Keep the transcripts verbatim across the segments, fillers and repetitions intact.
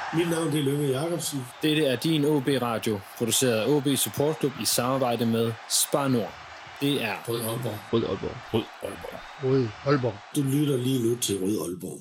Mit navn er Lønge Jacobsen. Dette er din O B-radio, produceret af O B Support Club i samarbejde med Spar Nord. Det er Rød Aalborg. Rød Aalborg. Rød Aalborg. Rød Aalborg. Du lytter lige nu til Rød Aalborg.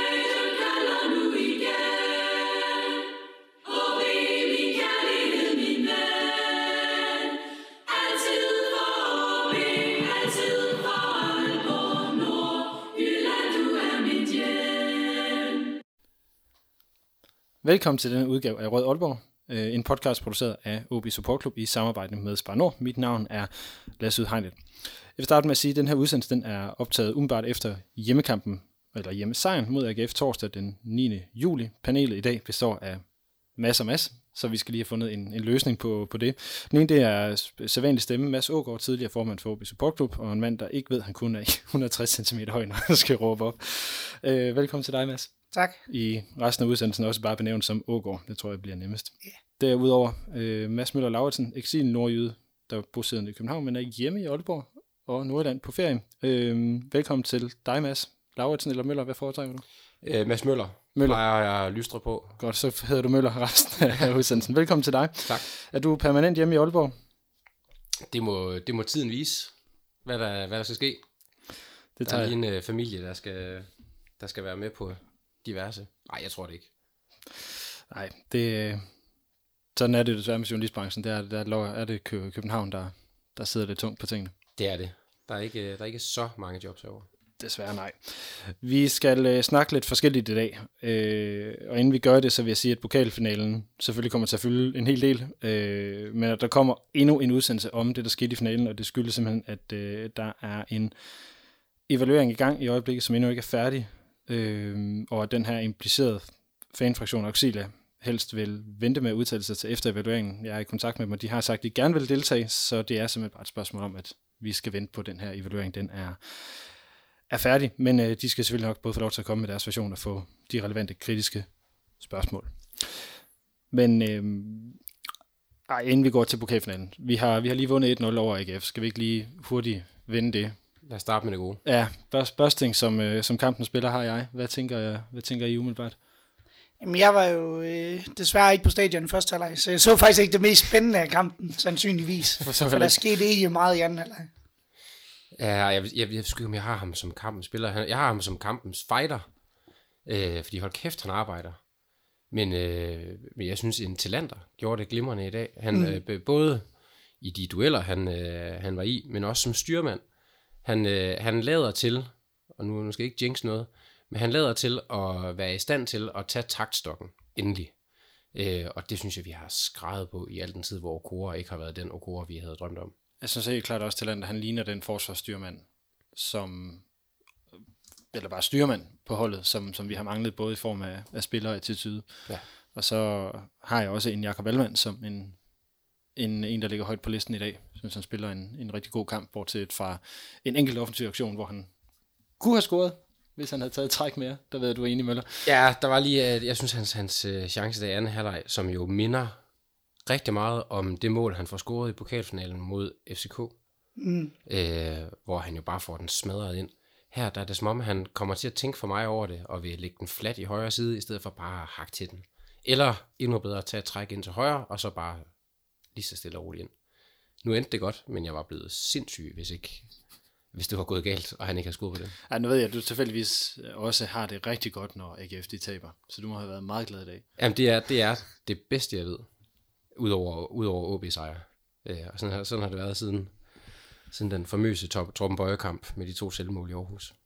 Velkommen til denne udgave af Rød Aalborg, en podcast produceret af O B Support Club i samarbejde med Spar Nord. Mit navn er Lasse Udhegnet. Jeg vil starte med at sige, at den her udsendelse den er optaget umiddelbart efter hjemmekampen, eller hjemmesejren mod A G F torsdag den niende juli. Panelet i dag består af Mads og Mads, så vi skal lige have fundet en, en løsning på, på det. Den ene det er sædvanlig stemme, Mads Aagaard, tidligere formand for O B Support Club, og en mand, der ikke ved, at han kun er et hundrede og tres centimeter høj, når han skal råbe op. Øh, velkommen til dig, Mads. Tak. I resten af udsendelsen også bare benævnt som Aagaard. Det tror jeg bliver nemmest. Yeah. Derudover øh, Mads Møller Lauritsen, eksil nordjyde, der er bosiddende i København, men er hjemme i Aalborg og Nordjylland på ferie. Øh, velkommen til dig, Mads Lauritsen eller Møller. Hvad foretrækker du? Øh, Mads Møller. Møller. Plejer jeg lystre på. Godt, så hedder du Møller resten af udsendelsen. Velkommen til dig. Tak. Er du permanent hjemme i Aalborg? Det må, det må tiden vise, hvad der, hvad der skal ske. Det der er lige en øh, familie, der skal, der skal være med på diverse. Nej, jeg tror det ikke. Nej, det, sådan er det desværre med journalistbranchen. Der er, der er det København, der, der sidder lidt tungt på tingene. Det er det. Der er ikke, der er ikke så mange jobs herovre. Desværre nej. Vi skal øh, snakke lidt forskelligt i dag, øh, og inden vi gør det, så vil jeg sige, at pokalfinalen selvfølgelig kommer til at fylde en hel del, øh, men at der kommer endnu en udsendelse om det, der skete i finalen, og det skyldes simpelthen, at øh, der er en evaluering i gang i øjeblikket, som endnu ikke er færdig, øh, og at den her implicerede fanfraktion Auxilia helst vil vente med at udtale sig til efter evalueringen. Jeg er i kontakt med dem, og de har sagt, at de gerne vil deltage, så det er simpelthen bare et spørgsmål om, at vi skal vente på den her evaluering. Den er er færdig, men øh, de skal selvfølgelig nok både få lov til at komme med deres version og få de relevante kritiske spørgsmål. Men øh, ej, inden vi går til pokalfinalen, vi har, vi har lige vundet et nul over A G F. Skal vi ikke lige hurtigt vinde det? Lad os starte med det gode. Ja, Børsting som, øh, som kampen spiller har jeg. Hvad tænker, jeg, hvad tænker I umiddelbart? Jamen, jeg var jo øh, desværre ikke på stadion i første halvleg, så jeg så faktisk ikke det mest spændende af kampen, sandsynligvis. For, for der skete ikke meget i anden halvleg. Ja, jeg, jeg, jeg, jeg, jeg, jeg har ham som kampens spiller. Jeg har ham som kampens fighter. Øh, fordi hold kæft, han arbejder. Men, øh, men jeg synes, en Tillander gjorde det glimrende i dag. Han, mm. øh, både i de dueller, han, øh, han var i, men også som styrmand. Han, øh, han lader til, og nu, nu skal jeg ikke jinx noget, men han lader til at være i stand til at tage taktstokken endelig. Øh, og det synes jeg, vi har skrevet på i al den tid, hvor Okora ikke har været den Okora, vi havde drømt om. Jeg synes helt klart også til at han ligner den forsvarsstyrmand, som, eller bare styrmand på holdet, som, som vi har manglet både i form af, af spillere og attitude. Ja. Og så har jeg også en Jakob Allmann som en, en, en, der ligger højt på listen i dag. Jeg synes, han spiller en, en rigtig god kamp, bortset fra en enkelt offensiv aktion, hvor han kunne have scoret, hvis han havde taget træk mere. Der ved jeg, du er enig, Møller. Ja, der var lige, jeg synes, hans, hans chance der i anden halvleg, som jo minder rigtig meget om det mål, han får scoret i pokalfinalen mod F C K, mm. øh, hvor han jo bare får den smadret ind. Her der er det som om, han kommer til at tænke for mig over det, og vil lægge den flat i højre side, i stedet for bare at hakke til den. Eller endnu bedre at tage et træk ind til højre, og så bare lige så stille og roligt ind. Nu endte det godt, men jeg var blevet sindssyg, hvis ikke hvis det var gået galt, og han ikke havde scoret på det. Ja, nu ved jeg, at du tilfældigvis også har det rigtig godt, når A G F de taber. Så du må have været meget glad i dag. Jamen, det er det, er det bedste, jeg ved. Udover, udover O B-sejr. Øh, og sådan har, sådan har det været siden, siden den famøse Torben Bøje-kamp med de to selvmål i Aarhus.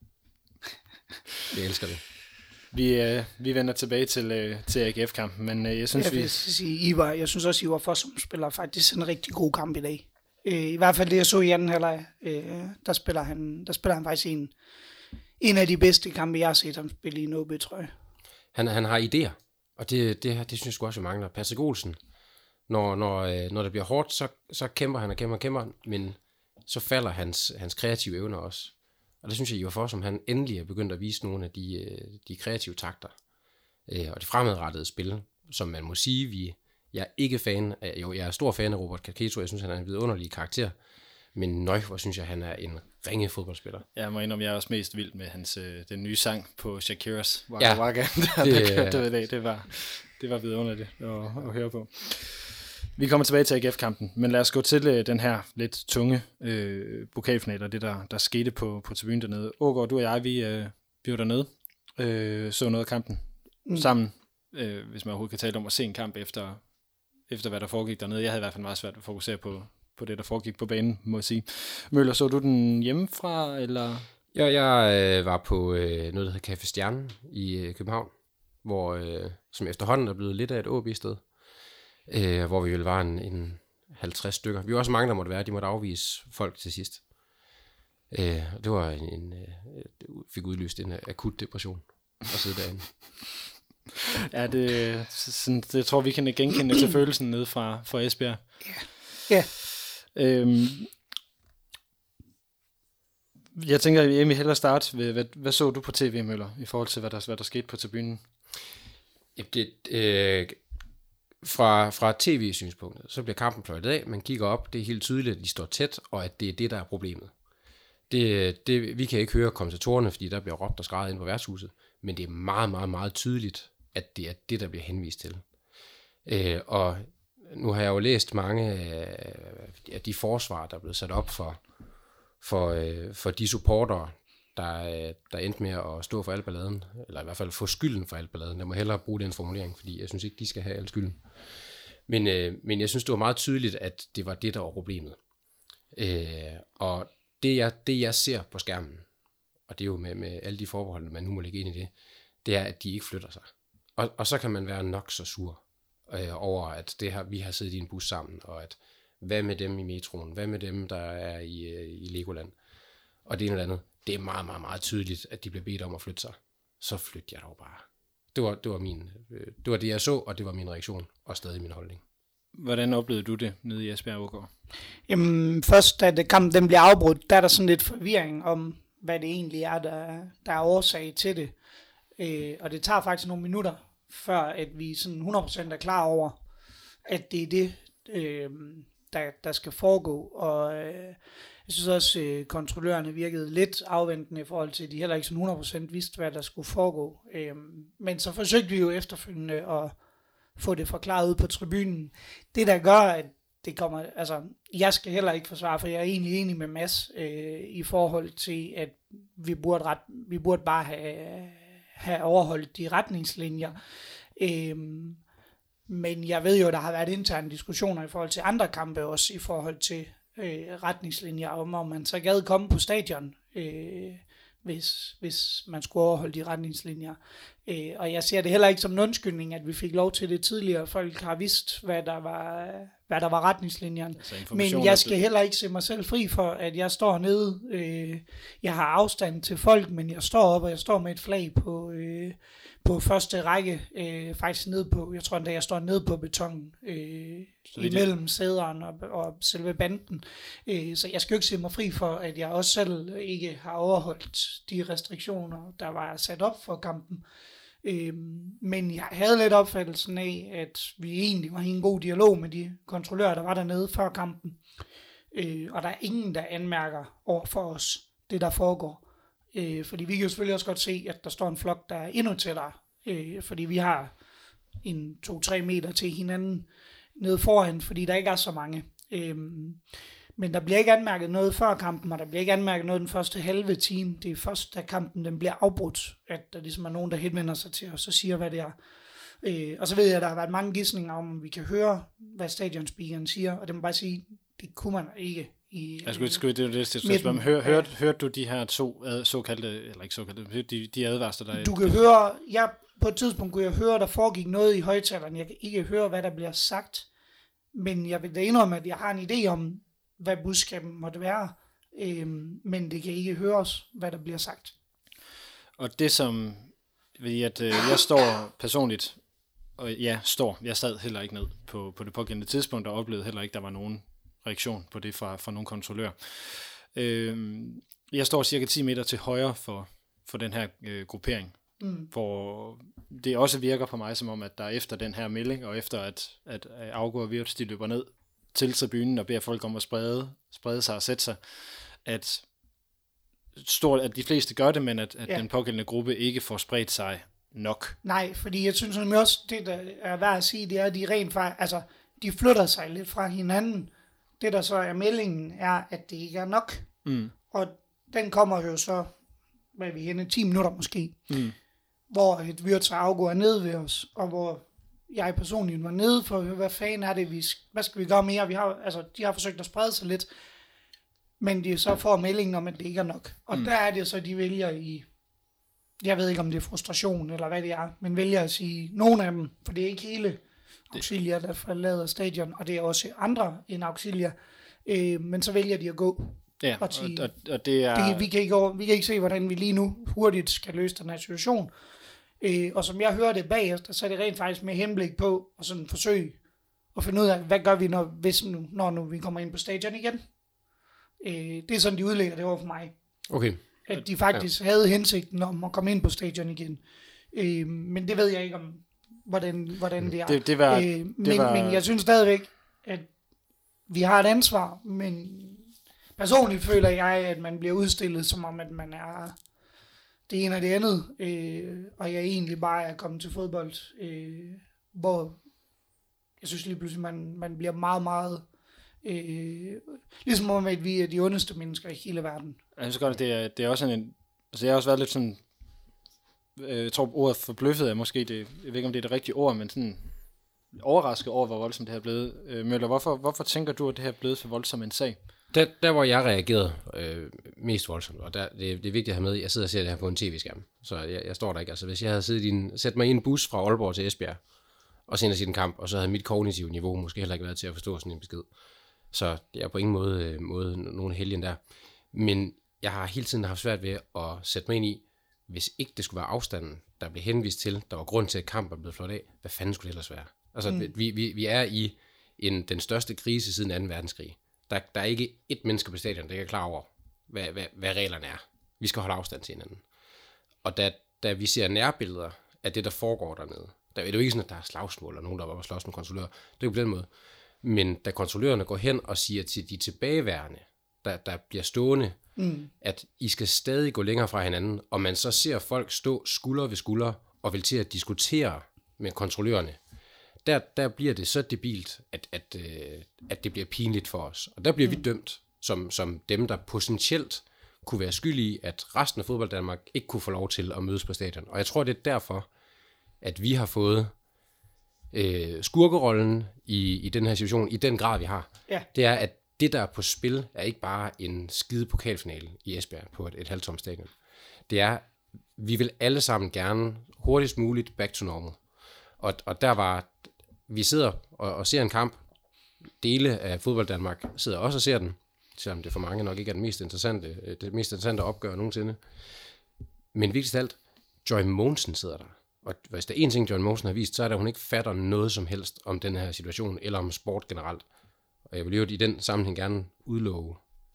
Jeg elsker det. Vi, øh, vi vender tilbage til, øh, til A G F-kampen, men øh, jeg synes, jeg, vi... Jeg, sige, I var, jeg synes også, I var for som spiller faktisk en rigtig god kamp i dag. Øh, I hvert fald det, jeg så i anden halvleg, øh, der, spiller han, der spiller han faktisk en, en af de bedste kampe, jeg har set ham spille i en O B, tror jeg. Han, han har idéer, og det, det, det synes jeg sgu også, vi mangler. Patrick Olsen, når, når, når det bliver hårdt, så, så kæmper han og kæmper og kæmper, men så falder hans, hans kreative evner også. Og det synes jeg, I var for, som han endelig er begyndt at vise nogle af de, de kreative takter. Og det fremadrettede spil, som man må sige, vi, jeg er ikke fan af, jo, jeg er stor fan af Robert Kaketo, jeg synes, han er en vidunderlig karakter, men nøj, hvor synes jeg, han er en ringe fodboldspiller. Jeg må indrømme, jeg er også mest vild med hans, den nye sang på Shakiras Waka ja, Waka, der, det, der kørte ud i dag. Det var, det var vidunderligt at, at høre på. Vi kommer tilbage til A G F-kampen, men lad os gå til øh, den her lidt tunge øh, pokalfinale, og det der, der skete på, på tribunen dernede. Ågaard, du og jeg, vi, øh, vi var dernede, øh, så noget af kampen mm. sammen, øh, hvis man overhovedet kan tale om at se en kamp efter, efter hvad der foregik dernede. Jeg havde i hvert fald meget svært at fokusere på, på det, der foregik på banen, må jeg sige. Møller, så du den hjemmefra, eller? Ja, jeg øh, var på øh, noget, der hedder Café Stjernen i øh, København, hvor, øh, som efterhånden er blevet lidt af et O B-sted. Øh, hvor vi vel var en, en halvtreds stykker. Vi var også mange, der måtte være. De måtte afvise folk til sidst. Øh, det var en, en øh, fik udløst en akut depression at sidde derinde. Ja, det, sådan, det jeg tror vi kan genkende til følelsen nede fra, fra Esbjerg. Ja. Øhm, jeg tænker, at Emil hellere starte ved, hvad, hvad så du på tv, Møller, i forhold til, hvad der, hvad der skete på tribunen? Ja, det... Øh, Fra, fra tv-synspunktet, så bliver kampen fløjtet af, man kigger op, det er helt tydeligt, at de står tæt, og at det er det, der er problemet. Det, det, vi kan ikke høre kommentatorerne, fordi der bliver råbt og skreget ind på værtshuset, men det er meget, meget, meget tydeligt, at det er det, der bliver henvist til. Øh, og nu har jeg jo læst mange af de forsvar, der er blevet sat op for, for, øh, for de supportere, der, der endte med at stå for al balladen, eller i hvert fald få skylden for al balladen. Jeg må hellere bruge den formulering, fordi jeg synes ikke, de skal have al skylden. Men, øh, men jeg synes, det var meget tydeligt, at det var det, der var problemet. Øh, og det jeg, det, jeg ser på skærmen, og det er jo med, med alle de forbehold, man nu må lægge ind i det, det er, at de ikke flytter sig. Og, og så kan man være nok så sur øh, over, at det her, vi har siddet i en bus sammen, og at hvad med dem i metroen, hvad med dem, der er i, i Legoland, og det ene eller andet. Det er meget, meget, meget tydeligt, at de bliver bedt om at flytte sig. Så flytter jeg dog bare. Det var det, var min, det var det, jeg så, og det var min reaktion, og stadig min holdning. Hvordan oplevede du det nede i Esbjerg, Ågaard? Jamen, først da det kampen den bliver afbrudt, der er der sådan lidt forvirring om, hvad det egentlig er, der, der er årsag til det. Øh, og det tager faktisk nogle minutter, før at vi sådan hundrede procent er klar over, at det er det, øh, der, der skal foregå. Og øh, jeg synes også, at kontrollørerne virkede lidt afventende i forhold til, at de heller ikke sådan hundrede procent vidste, hvad der skulle foregå. Øhm, men så forsøgte vi jo efterfølgende at få det forklaret ud på tribunen. Det, der gør, at det kommer... Altså, jeg skal heller ikke forsvare, for jeg er egentlig enig med Mads øh, i forhold til, at vi burde, ret, vi burde bare have, have overholdt de retningslinjer. Øhm, men jeg ved jo, der har været interne diskussioner i forhold til andre kampe også, i forhold til Øh, retningslinjer om, om man så gad komme på stadion, øh, hvis, hvis man skulle overholde de retningslinjer. Øh, og jeg ser det heller ikke som en undskyldning, at vi fik lov til det tidligere. Folk har vidst, hvad der var, hvad der var retningslinjerne. Altså men jeg skal heller ikke se mig selv fri for, at jeg står nede. Øh, jeg har afstand til folk, men jeg står op, og jeg står med et flag på... Øh, på første række, øh, faktisk nede på, jeg tror endda, jeg står nede på betongen, øh, imellem sæderen og, og selve banden. Øh, så jeg skal jo ikke se mig fri for, at jeg også selv ikke har overholdt de restriktioner, der var sat op for kampen. Øh, men jeg havde lidt opfattelsen af, at vi egentlig var i en god dialog med de kontrollører, der var dernede før kampen. Øh, og der er ingen, der anmærker over for os, det der foregår. Øh, fordi vi kan jo selvfølgelig også godt se, at der står en flok, der er endnu tættere. Øh, fordi vi har en to-tre meter til hinanden nede foran, fordi der ikke er så mange. Øh, men der bliver ikke anmærket noget før kampen, og der bliver ikke anmærket noget den første halve time. Det er først, da kampen den bliver afbrudt, at der ligesom er nogen, der henvender sig til os og siger, hvad det er. Øh, og så ved jeg, at der har været mange gidsninger om, at vi kan høre, hvad stadionspeakeren siger, og det må bare sige, det kunne man ikke. I, jeg skulle, skulle det, det, det, det, det Hør, hørte, hørte du de her to ad, såkaldte, eller ikke såkaldte, de, de advarsler, der... Du kan høre, jeg, på et tidspunkt kunne jeg høre, der foregik noget i højtaleren. Jeg kan ikke høre, hvad der bliver sagt, men jeg vil da indrømme, at jeg har en idé om, hvad budskabet måtte være, øhm, men det kan ikke høres, hvad der bliver sagt. Og det som, ved at øh, jeg står personligt, og ja, står, jeg sad heller ikke ned på, på det pågældende tidspunkt, og oplevede heller ikke, der var nogen reaktion på det fra, fra nogle kontrollører. Øh, jeg står cirka ti meter til højre for, for den her øh, gruppering, mm. hvor det også virker på mig som om, at der efter den her melding, og efter at, at Augo og Wirtz, de løber ned til tribunen og beder folk om at sprede, sprede sig og sætte sig, at, stort, at de fleste gør det, men at, at ja. den pågældende gruppe ikke får spredt sig nok. Nej, fordi jeg synes nemlig også, det der er værd at sige, det er, at de rent faktisk, altså, de flytter sig lidt fra hinanden. Det der så er meldingen, er, at det ikke er nok. Mm. Og den kommer jo så, hvad er vi henne, ti minutter måske, Mm. hvor et Wirtz og Augo er nede ved os, og hvor jeg personligt var nede for at høre, hvad fanden er det, vi, hvad skal vi gøre mere? Vi har, altså, de har forsøgt at sprede sig lidt, men de så får meldingen om, at det ikke er nok. Og mm. der er det så, de vælger i, jeg ved ikke, om det er frustration, eller hvad det er, men vælger at sige, nogle af dem, for det er ikke hele Auxilia, der forlader stadion, og det er også andre end Auxilia, øh, men så vælger de at gå. Ja, og, sige, og, og, og det er... det, vi, kan ikke over, vi kan ikke se, hvordan vi lige nu hurtigt skal løse den her situation. Øh, og som jeg hører det bagefter, så er det rent faktisk med henblik på at sådan forsøge at finde ud af, hvad gør vi, når, hvis nu, når nu vi kommer ind på stadion igen. Øh, det er sådan, de udlægger det over for mig. Okay. At de faktisk ja. havde hensigten om at komme ind på stadion igen. Øh, men det ved jeg ikke om, hvordan, hvordan det er. Det, det var, øh, det men, var... men jeg synes stadigvæk, at vi har et ansvar, men personligt føler jeg, at man bliver udstillet, som om at man er det ene og det andet, øh, og jeg egentlig bare er kommet til fodbold, øh, hvor jeg synes lige pludselig, man, man bliver meget, meget, øh, ligesom om, at vi er de ondeste mennesker i hele verden. Jeg synes godt, at det er, det er også en, altså jeg har også været lidt sådan, øh, jeg tror ordet forbløffet er måske det, jeg ved ikke om det er det rigtige ord, men sådan overrasket over, hvor voldsomt det her er blevet. Øh, Møller, hvorfor, hvorfor tænker du, at det her er blevet for voldsomt en sag? Der, der hvor jeg reagerede øh, mest voldsomt, og der, det, det er vigtigt at have med, jeg sidder og ser det her på en tv-skærm, så jeg, jeg står der ikke. Altså hvis jeg havde siddet i en, sat mig i en bus fra Aalborg til Esbjerg, og senere set en kamp, og så havde mit kognitive niveau måske heller ikke været til at forstå sådan en besked. Så det er på ingen måde, måde nogen helgen der. Men jeg har hele tiden haft svært ved at sætte mig ind i, hvis ikke det skulle være afstanden, der blev henvist til, der var grund til, at kampen blev flot af, hvad fanden skulle det ellers være? Altså mm. vi, vi, vi er i en, den største krise siden anden verdenskrig. Der, der er ikke et menneske på stadion, der ikke er klar over, hvad, hvad, hvad reglerne er. Vi skal holde afstand til hinanden. Og da, da vi ser nærbilleder af det, der foregår dernede, der er det jo ikke sådan, at der er slagsmål, eller nogen, der var på slås med kontrollører. Det er jo på den måde. Men da kontrollørerne går hen og siger til de tilbageværende, der, der bliver stående, mm. at I skal stadig gå længere fra hinanden, og man så ser folk stå skulder ved skulder, og vil til at diskutere med kontrollørerne, Der, der bliver det så debilt, at, at, øh, at det bliver pinligt for os. Og der bliver mm. vi dømt som, som dem, der potentielt kunne være skyld i, at resten af fodbold Danmark ikke kunne få lov til at mødes på stadion. Og jeg tror, det er derfor, at vi har fået øh, skurkerollen i, i den her situation, i den grad, vi har. Ja. Det er, at det, der er på spil, er ikke bare en skide pokalfinale i Esbjerg på et, et halvtomt stadion. Det er, vi vil alle sammen gerne hurtigst muligt back to normal. Og, og der var... Vi sidder og, og ser en kamp. Dele af fodbold Danmark sidder også og ser den, selvom det for mange nok ikke er det mest interessante, det mest interessante opgør nogensinde. Men vigtigst af alt, Joy Mogensen sidder der. Og hvis der er en ting, Joy Mogensen har vist, så er det, at hun ikke fatter noget som helst om den her situation, eller om sport generelt. Og jeg vil jo i den sammenhæng gerne udlove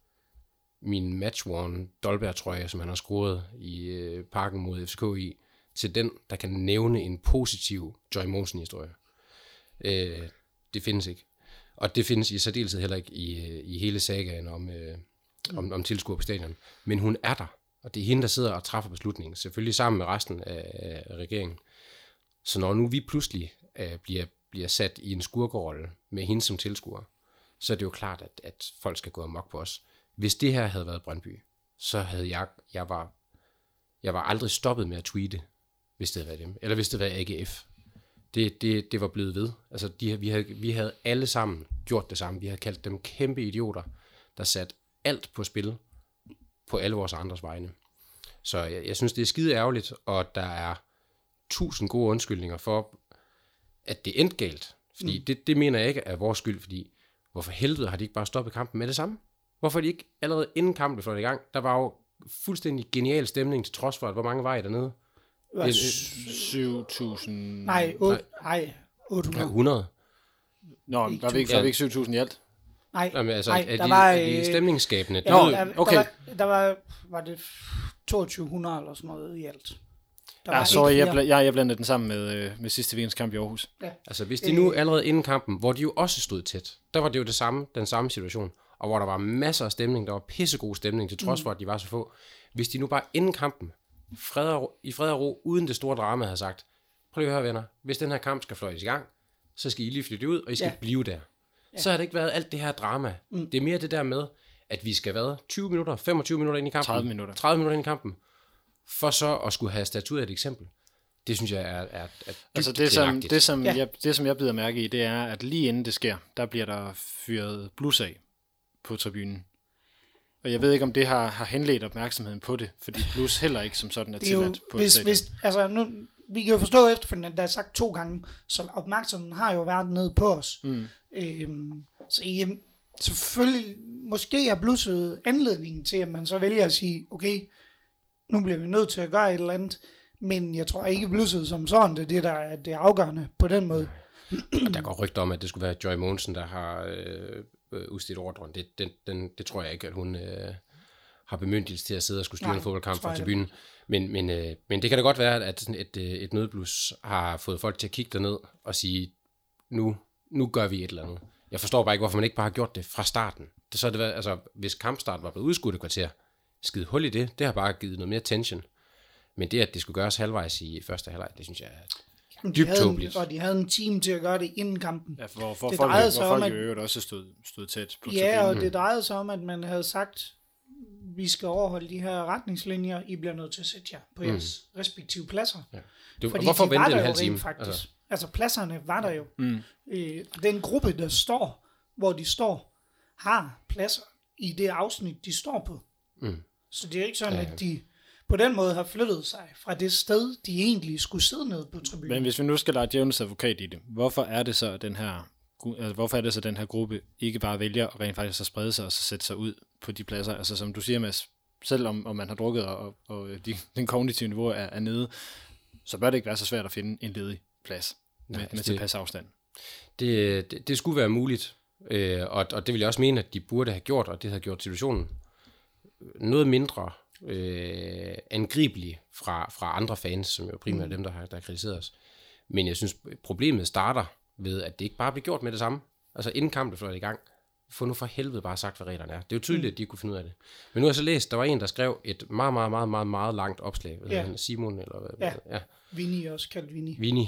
min match-worn Dolberg-trøje, som han har skruet i øh, parken mod F C K i, til den, der kan nævne en positiv Joy Mogensen-historie. Øh, det findes ikke. Og det findes i særdeleshed heller ikke i, i hele sagaen om, øh, om, om tilskuer på stadion. Men hun er der, og det er hende, der sidder og træffer beslutningen, selvfølgelig sammen med resten af, af regeringen. Så når nu vi pludselig øh, bliver, bliver sat i en skurkerolle med hende som tilskuer, så er det jo klart, at, at folk skal gå amok på os. Hvis det her havde været Brøndby, så havde jeg, jeg var, jeg var aldrig stoppet med at tweete, hvis det havde været dem, eller hvis det havde været A G F. Det, det, det var blevet ved. Altså, de, vi, havde, vi havde alle sammen gjort det samme. Vi havde kaldt dem kæmpe idioter, der satte alt på spil på alle vores andres vegne. Så jeg, jeg synes, det er skide ærgerligt, og der er tusind gode undskyldninger for, at det endte galt. Fordi mm. det, det mener jeg ikke er vores skyld, fordi hvorfor helvede har de ikke bare stoppet kampen med det samme? Hvorfor er de ikke allerede inden kampen blev flot i gang? Der var jo fuldstændig genial stemning, til trods for, at hvor mange var I dernede? syv tusind... Nej, otte, nej, otte hundrede. Ja, hundrede. Nå, var vi ikke, var vi ikke syv tusind i alt? Nej, Jamen, altså, nej, er der de, var... Er de stemningsskabende? Jo, ved, der, okay. der, var, der var, var det toogtyve hundrede eller sådan noget i alt. Der ja, så jeg, bl- jeg, jeg blandede den sammen med, øh, med sidste weekends kamp i Aarhus. Ja. Altså, hvis de nu allerede inden kampen, hvor de jo også stod tæt, der var det jo det samme, den samme situation, og hvor der var masser af stemning, der var pissegod stemning, til trods mm. for, at de var så få. Hvis de nu bare inden kampen fred og, i fred og ro, uden det store drama, havde sagt, prøv lige at høre, venner, hvis den her kamp skal fløjtes i gang, så skal I lige flytte ud, og I skal ja. blive der. Ja. Så har det ikke været alt det her drama. Mm. Det er mere det der med, at vi skal være tyve minutter, femogtyve minutter ind i kampen. tredive minutter. tredive minutter ind i kampen. For så at skulle have statueret et eksempel. Det synes jeg er, er, er dybt altså det, som, det, som ja. jeg, det, som jeg bider mærke i, det er, at lige inden det sker, der bliver der fyret blus af på tribunen. Og jeg ved ikke, om det har, har henledt opmærksomheden på det, fordi blus heller ikke som sådan er tilladt på hvis, stadion. Hvis, altså nu, vi kan jo forstå efterfølgende, at der er sagt to gange, så opmærksomheden har jo været nede på os. Mm. Øhm, så jamen, selvfølgelig, måske er blusset anledningen til, at man så vælger at sige, okay, nu bliver vi nødt til at gøre et eller andet, men jeg tror ikke blusset som sådan, det er det, der er det afgørende på den måde. Der går rygter om, at det skulle være Joy Mogensen, der har øh, udstedt ordren. Det, den, den, det tror jeg ikke, at hun øh, har bemyndigelse til at sidde og skulle styre Nej, en fodboldkamp fra tribunen. Men, men, øh, men det kan da godt være, at sådan et, et nødblus har fået folk til at kigge derned og sige, nu, nu gør vi et eller andet. Jeg forstår bare ikke, hvorfor man ikke bare har gjort det fra starten. Det, så det var, altså, hvis kampstart var blevet udskudt et kvarter, skide hul i det, det har bare givet noget mere tension. Men det, at det skulle gøres halvvejs i første halvleg, det synes jeg er dybt tåbeligt. Og de havde en team til at gøre det inden kampen. Ja, hvor, hvor det folk, hvor folk jo øvrigt også stod, stod tæt på ja, tribunen. Og det drejede sig om, at man havde sagt, vi skal overholde de her retningslinjer, I bliver nødt til at sætte jer på jeres mm. respektive pladser. Ja. Du, Fordi hvorfor vente en halv time? Faktisk. Altså. altså pladserne var der jo. Mm. Øh, den gruppe, der står, hvor de står, har pladser i det afsnit, de står på. Mm. Så det er ikke sådan, ja. at de på den måde har flyttet sig fra det sted, de egentlig skulle sidde nede på tribunen. Men hvis vi nu skal lade djævelens advokat i det, hvorfor er det så, at den her, altså, hvorfor er det så, den her gruppe ikke bare vælger rent faktisk at sprede sig og så sætte sig ud på de pladser? Altså som du siger, Mads, selvom om man har drukket og, og de, den kognitive niveau er, er nede, så bør det ikke være så svært at finde en ledig plads med, Nej, med tilpas afstand. Det, det, det skulle være muligt, øh, og, og det vil jeg også mene, at de burde have gjort, og det havde gjort situationen noget mindre øh, angribelig fra, fra andre fans, som jo primært er dem, der har, der har kritiseret os. Men jeg synes, problemet starter ved, at det ikke bare bliver gjort med det samme. Altså inden kampen fløjt i gang, få nu for helvede bare sagt, hvad reglerne er. Det er jo tydeligt, at de kunne finde ud af det. Men nu har jeg så læst, der var en, der skrev et meget, meget, meget, meget, meget langt opslag. Hvad ja. Simon, eller hvad? Ja, ja. Vinnie også kaldt Vinnie. Vinnie.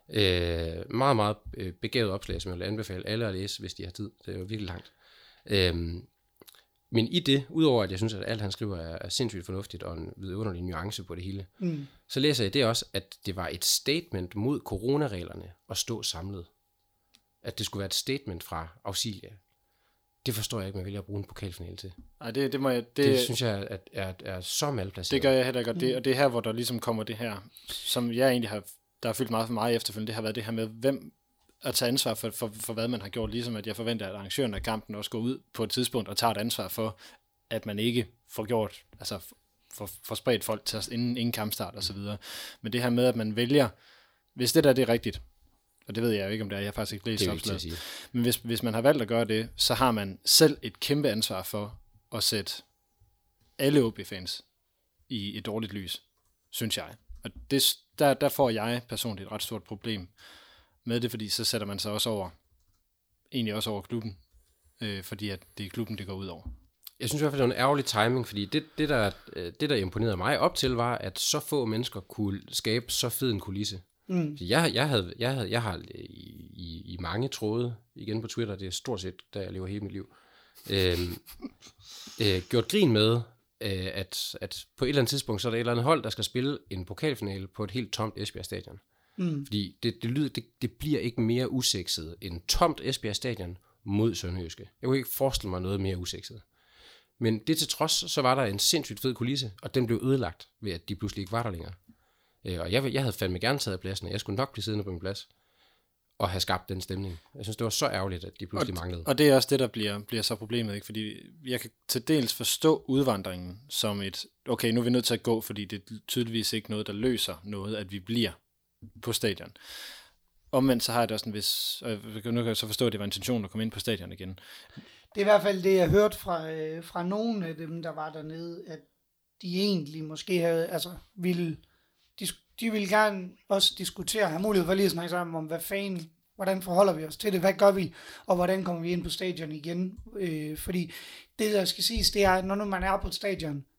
Øh, meget, meget begavet opslag, som jeg vil anbefale alle at læse, hvis de har tid. Det er jo virkelig langt. Øh, Men i det, udover at jeg synes, at alt han skriver er, er sindssygt fornuftigt og en vidunderlig nuance på det hele, mm. så læser jeg det også, at det var et statement mod coronareglerne at stå samlet. At det skulle være et statement fra Auxilia. Det forstår jeg ikke, man vælger at bruge en pokalfinale til. Ej, det, det, må jeg, det, det synes jeg er, er, er så malplaceret. Det gør jeg heller ikke, og det, og det er her, hvor der ligesom kommer det her, som jeg egentlig har, der har fyldt meget for mig efterfølgende, det har været det her med, hvem at tage ansvar for, for, for, hvad man har gjort, ligesom at jeg forventer, at arrangøren af kampen også går ud på et tidspunkt og tager et ansvar for, at man ikke får gjort, altså får, får spredt folk til inden, inden kampstart og så videre. Men det her med, at man vælger, hvis det der det er rigtigt, og det ved jeg jo ikke, om det er, jeg har faktisk ikke læst opslaget, men hvis, hvis man har valgt at gøre det, så har man selv et kæmpe ansvar for at sætte alle O B-fans i et dårligt lys, synes jeg. Og det, der, der får jeg personligt et ret stort problem med det, fordi så sætter man sig også over, egentlig også over klubben, øh, fordi at det er klubben, det går ud over. Jeg synes i hvert fald, det var en ærgerlig timing, fordi det, det, der, det, der imponerede mig op til, var, at så få mennesker kunne skabe så fed en kulisse. Mm. Jeg, jeg, havde, jeg, havde, jeg har i, i, i mange tråde, igen på Twitter, det er stort set, der jeg lever hele mit liv, øh, øh, gjort grin med, øh, at, at på et eller andet tidspunkt, så er der et eller andet hold, der skal spille en pokalfinale på et helt tomt Esbjerg Stadion. Mm. Fordi det, det, lyder, det, det bliver ikke mere usekset end tomt Esbjerg Stadion mod Sønderjyske. Jeg kunne ikke forestille mig noget mere usekset. Men det til trods, så var der en sindssygt fed kulisse, og den blev ødelagt ved, at de pludselig ikke var der længere. Og jeg, jeg havde fandme gerne taget pladsen, og jeg skulle nok blive siddende på min plads og have skabt den stemning. Jeg synes, det var så ærgerligt, at de pludselig og, manglede. Og det er også det, der bliver, bliver så problemet, ikke? Fordi jeg kan til dels forstå udvandringen som et, okay, nu er vi nødt til at gå, fordi det er tydeligvis ikke noget, der løser noget, at vi bliver på stadion. Omvendt så har jeg det også en vis, og nu kan jeg så forstå, at det var intentionen at komme ind på stadion igen. Det er i hvert fald det, jeg hørte fra, øh, fra nogle af dem, der var dernede, at de egentlig måske havde, altså ville, de, de ville gerne også diskutere, have mulighed for lige at snakke sammen om, hvad fanden, hvordan forholder vi os til det, hvad gør vi, og hvordan kommer vi ind på stadion igen. Øh, fordi det, der skal siges, det er, at når nu man er på et stadion,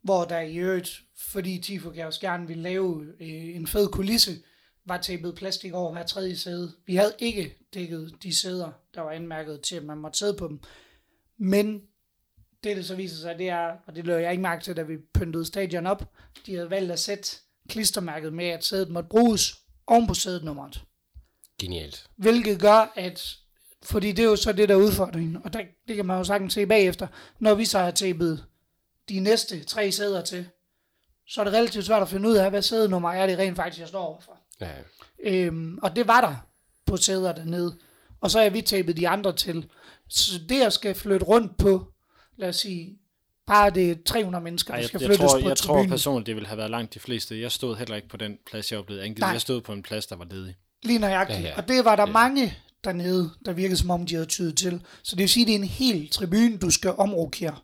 hvor der i øvrigt, fordi Tifo Kaos gerne ville lave øh, en fed kulisse, var tapet plastik over hver tredje sæde. Vi havde ikke dækket de sæder, der var anmærket til, at man måtte sidde på dem. Men det, det så viser sig, det er, og det løber jeg ikke mærke til, da vi pyntede stadion op, de havde valgt at sætte klistermærket med, at sædet måtte bruges oven på sædenummeret. Genialt. Hvilket gør, at, fordi det er jo så det, der er udfordringen, og der, det kan man jo sagtens se bagefter, når vi så har tapet de næste tre sæder til, så er det relativt svært at finde ud af, hvad sædenummer er det rent faktisk, jeg står overfor. Ja. Øhm, og det var der på sæder dernede. Og så er vi tapet de andre til. Så det, jeg skal flytte rundt på, lad os sige, bare det er tre hundrede mennesker, Ej, der jeg, skal jeg flyttes tror, på jeg tribunen. tror personligt, det ville have været langt de fleste. Jeg stod heller ikke på den plads, jeg var blevet angivet. Nej. Jeg stod på en plads, der var ledig. Lige nøjagtigt. Ja, ja. Og det var der Ja. mange dernede, der virkede som om, de havde tydet til. Så det vil sige, at det er en hel tribune, du skal omrokere.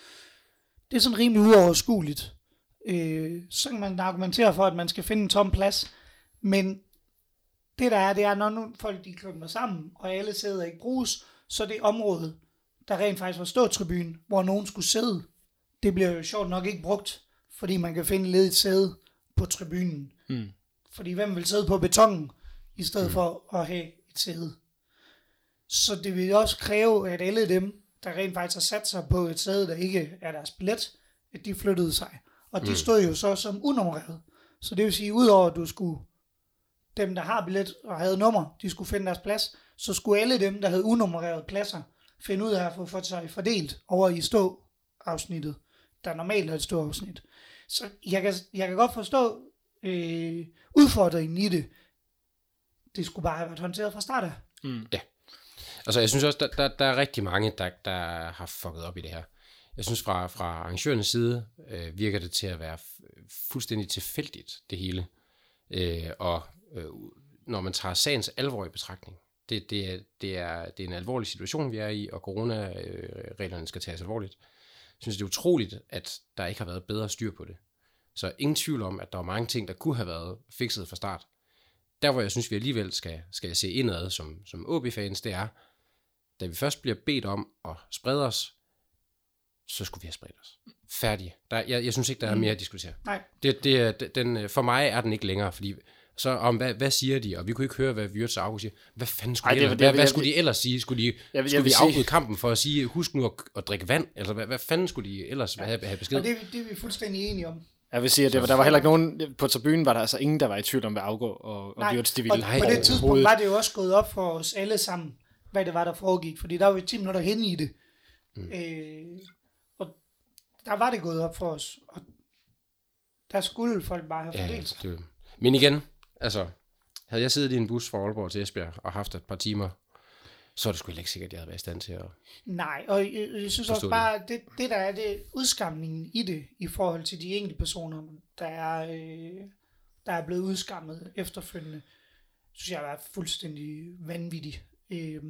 Det er sådan rimelig uoverskueligt. Øh, så kan man argumentere for, at man skal finde en tom plads. Men det der er, det er, når nu folk de klumper sammen, og alle sæder ikke bruges, så det område, der rent faktisk var ståtribunen, hvor nogen skulle sidde, det bliver jo sjovt nok ikke brugt, fordi man kan finde ledigt sæde på tribunen. Mm. Fordi hvem vil sidde på betongen, i stedet mm. for at have et sæde. Så det vil også kræve, at alle dem, der rent faktisk har sat sig på et sæde, der ikke er deres billet, at de flyttede sig. Og de mm. stod jo så som unummereret. Så det vil sige, udover at du skulle, dem der har billet og havde nummer, de skulle finde deres plads, så skulle alle dem, der havde unummererede pladser, finde ud af at få fået sig fordelt over i stå-afsnittet, der normalt er et stå-afsnit. Så jeg kan, jeg kan godt forstå øh, udfordringen i det. Det skulle bare have været håndteret fra start af. Mm. Ja. Altså, jeg synes også, der, der, der er rigtig mange, der, der har fucket op i det her. Jeg synes, fra, fra arrangørens side øh, virker det til at være fuldstændig tilfældigt, det hele. Øh, og øh, når man tager sagens alvor i betragtning, det, det, er, det, er, det er en alvorlig situation, vi er i, og coronareglerne skal tages alvorligt. Jeg synes, det er utroligt, at der ikke har været bedre styr på det. Så ingen tvivl om, at der var mange ting, der kunne have været fikset fra start. Der, hvor jeg synes, vi alligevel skal, skal se indad som, som O B-fans, det er, da vi først bliver bedt om at sprede os, så skulle vi have spredt os. Færdig. Der, jeg, jeg synes ikke, der er mere at diskutere. Nej. Det, det, den, for mig er den ikke længere, fordi så om, hvad, hvad siger de? Og vi kunne ikke høre, hvad Wirtz og Aarhus siger. Hvad fanden skulle, Ej, de, det, ellers, hvad, hvad skulle de ellers sige? Skulle de, jeg, jeg skulle de afbryde kampen for at sige, husk nu at, at drikke vand? Altså, hvad, hvad fanden skulle de ellers ja. have, have besked? Og det, det er vi fuldstændig enige om. Jeg vil sige, at det var, der var heller ikke nogen, på tribunen var der altså ingen, der var i tvivl om, hvad afgår, og, og Wirtz, de ville have. Og på det tidspunkt var det jo også gået op for os alle sammen, hvad det var, der foregik. Fordi der var vi ti minutter hen i det. Mm. Øh, og der var det gået op for os. Og der skulle folk bare have fordelt sig. Ja, det, men igen, altså, havde jeg siddet i en bus fra Aalborg til Esbjerg og haft et par timer, så er det sgu ikke sikkert, at jeg havde været i stand til at... Nej, og jeg, jeg synes også bare, det, det der er det udskamningen i det, i forhold til de enkelte personer, der er, øh, der er blevet udskammet efterfølgende, synes jeg er fuldstændig vanvittigt. Øh,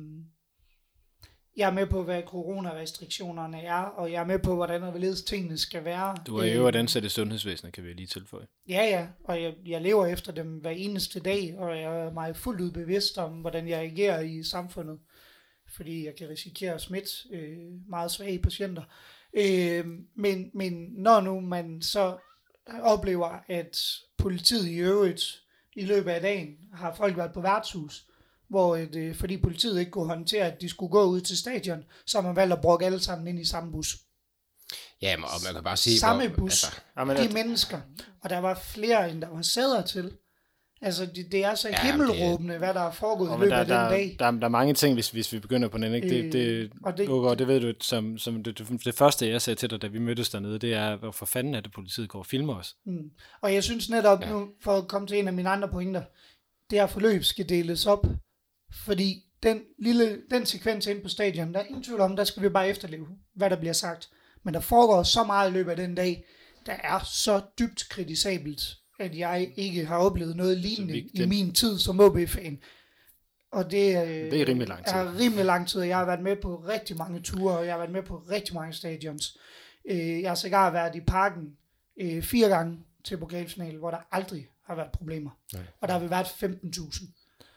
jeg er med på, hvad coronarestriktionerne er, og jeg er med på, hvordan og hvorledes tingene skal være. Du er jo et ansat i sundhedsvæsenet, kan vi lige tilføje. Ja, ja, og jeg, jeg lever efter dem hver eneste dag, og jeg er meget fuldt ud bevidst om, hvordan jeg agerer i samfundet, fordi jeg kan risikere at smitte øh, meget svage patienter. Øh, men, men når nu man så oplever, at politiet i øvrigt i løbet af dagen har folk været på værtshus, hvor et, øh, fordi politiet ikke kunne håndtere, at de skulle gå ud til stadion, så har man valgt at bruge alle sammen ind i samme bus. Ja, og man kan bare se... Samme hvor, bus, altså, de mennesker, og der var flere, end der var sæder til. Altså, det, det er så ja, himmelråbende, det, hvad der er foregået og i løbet der, af den der, dag. Der, der, der er mange ting, hvis, hvis vi begynder på den, ikke? Det, det, og det, Ugo, det ved du, som, som det, det, det første, jeg sagde til dig, da vi mødtes dernede, det er, hvorfor fanden er det, politiet går og filmer os? Mm. Og jeg synes netop ja. nu, for at komme til en af mine andre pointer, det her forløb skal deles op, fordi den lille, den sekvens inde på stadion, der er ingen tvivl om, der skal vi bare efterleve, hvad der bliver sagt. Men der foregår så meget i løbet af den dag, der er så dybt kritisabelt, at jeg ikke har oplevet noget lignende vi, i min tid som O B-fan. Og det, øh, det er rimelig lang tid. er rimelig lang tid. Jeg har været med på rigtig mange ture, og jeg har været med på rigtig mange stadions. Øh, jeg har sågar været i parken øh, fire gange til pokalfinalen, hvor der aldrig har været problemer. Nej. Og der har vi været femten tusind.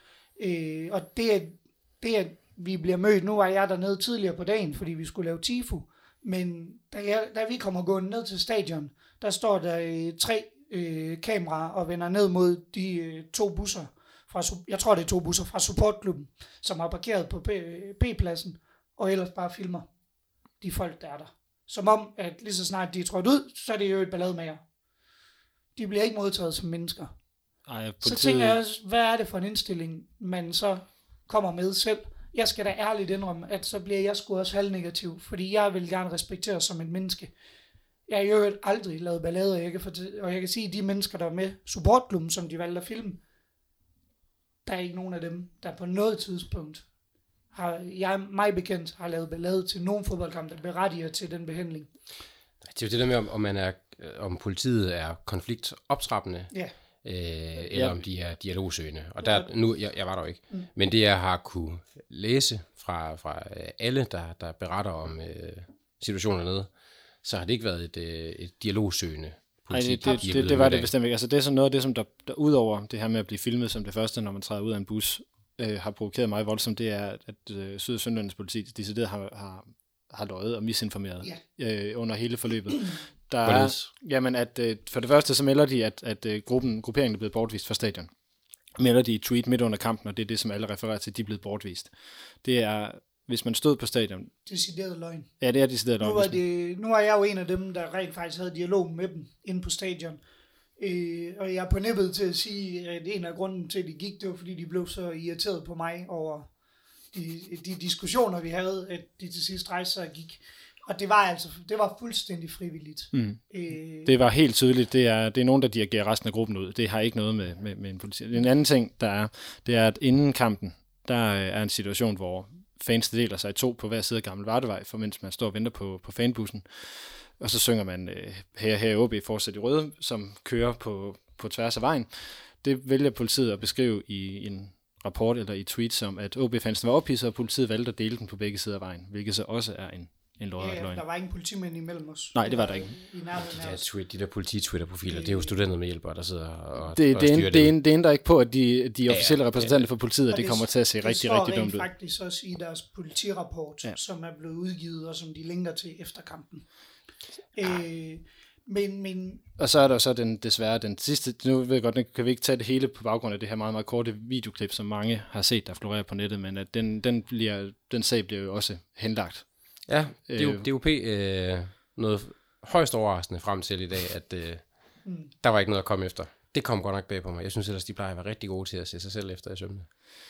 Øh, og det er, det er, vi bliver mødt. Nu var jeg dernede tidligere på dagen, fordi vi skulle lave tifo. Men da, jeg, da vi kommer gående ned til stadion, der står der øh, tre øh, kameraer og vender ned mod de øh, to busser, fra, jeg tror det er to busser fra supportklubben, som har parkeret på B-pladsen, og ellers bare filmer de folk, der er der. Som om, at lige så snart de er trådt ud, så er det jo et ballademager. De bliver ikke modtaget som mennesker. Ej, politiet... Så tænker jeg, hvad er det for en indstilling, man så kommer med selv? Jeg skal da ærligt indrømme, at så bliver jeg sgu også halvnegativ, fordi jeg vil gerne respekteres som et menneske. Jeg har jo aldrig lavet ballade, og jeg kan, fortæ- og jeg kan sige, at de mennesker, der er med supportklubben, som de valgte at filme, der er ikke nogen af dem, der på noget tidspunkt har, jeg mig bekendt, har lavet ballade til nogen fodboldkamp, der berettiger til den behandling. Det er jo det der med, om, man er, om politiet er konfliktoptrappende, ja. øh, eller ja. om de er dialogsøgende. Og der, nu, jeg, jeg var der jo ikke, mm. men det jeg har kunne læse fra, fra alle, der, der beretter om øh, situationer nede, så har det ikke været et, øh, et dialogsøgende politi. Nej, det, det, det, det var det bestemt ikke. Altså det er sådan noget af det, som der, der udover det her med at blive filmet som det første, når man træder ud af en bus, øh, har provokeret mig voldsomt, det er, at øh, Syd- og Sønderjyllands politi decideret har, har, har løjet og misinformeret yeah. øh, under hele forløbet. Der er, jamen at, øh, for det første så melder de, at, at øh, gruppen, grupperingen er blevet bortvist fra stadion. Melder de i tweet midt under kampen, og det er det, som alle refererer til, de er blevet bortvist. Det er, hvis man stod på stadion... Decideret løgn. Ja, det er decideret løgn. Nu, var det, nu er jeg jo en af dem, der rent faktisk havde dialog med dem inde på stadion. Øh, og jeg er på nippet til at sige, at en af grunden til, at de gik, det var, fordi de blev så irriteret på mig over de, de diskussioner, vi havde, at de til sidst rejste sig og gik. Og det var altså, det var fuldstændig frivilligt. Mm. Øh, det var helt tydeligt. Det er, det er nogen, der dirigerer resten af gruppen ud. Det har ikke noget med, med, med en politi. En anden ting, der er, det er, at inden kampen, der er en situation, hvor fans deler sig i to på hver side af Gammel Vardevej, for mens man står og venter på, på fanbussen. Og så synger man øh, her, her i O B fortsat i røde, som kører på, på tværs af vejen. Det vælger politiet at beskrive i en rapport eller i tweet som, at O B-fansen var ophidset, og politiet valgte at dele den på begge sider af vejen, hvilket så også er en en lodret ja, løgn. Der var ingen politimænd imellem os. Nej, det var der ikke. I nærheden af os. Ja, de der politi-Twitter-profiler, det er jo studenter med hjælpere, der sidder og, det, og det, styrer det. Det, det ændrer ikke på, at de, de officielle ja, repræsentanter ja. for politiet, og det, det kommer til at se det rigtig, rigtig dumt ud. Det står faktisk også i deres politirapport, ja. som er blevet udgivet, og som de linker til efter kampen. Ja. Øh, men, men... Og så er der så den, desværre den sidste, nu ved jeg godt, nu kan vi ikke tage det hele på baggrund af det her meget, meget korte videoklip, som mange har set, der florerer på nettet, men at den, den, bliver, den sag bliver jo også henlagt. Ja, det er jo D U P øh, noget højst overraskende frem til i dag, at øh, mm. der var ikke noget at komme efter. Det kom godt nok bag på mig. Jeg synes ellers, de plejer at være rigtig gode til at se sig selv efter i sømne.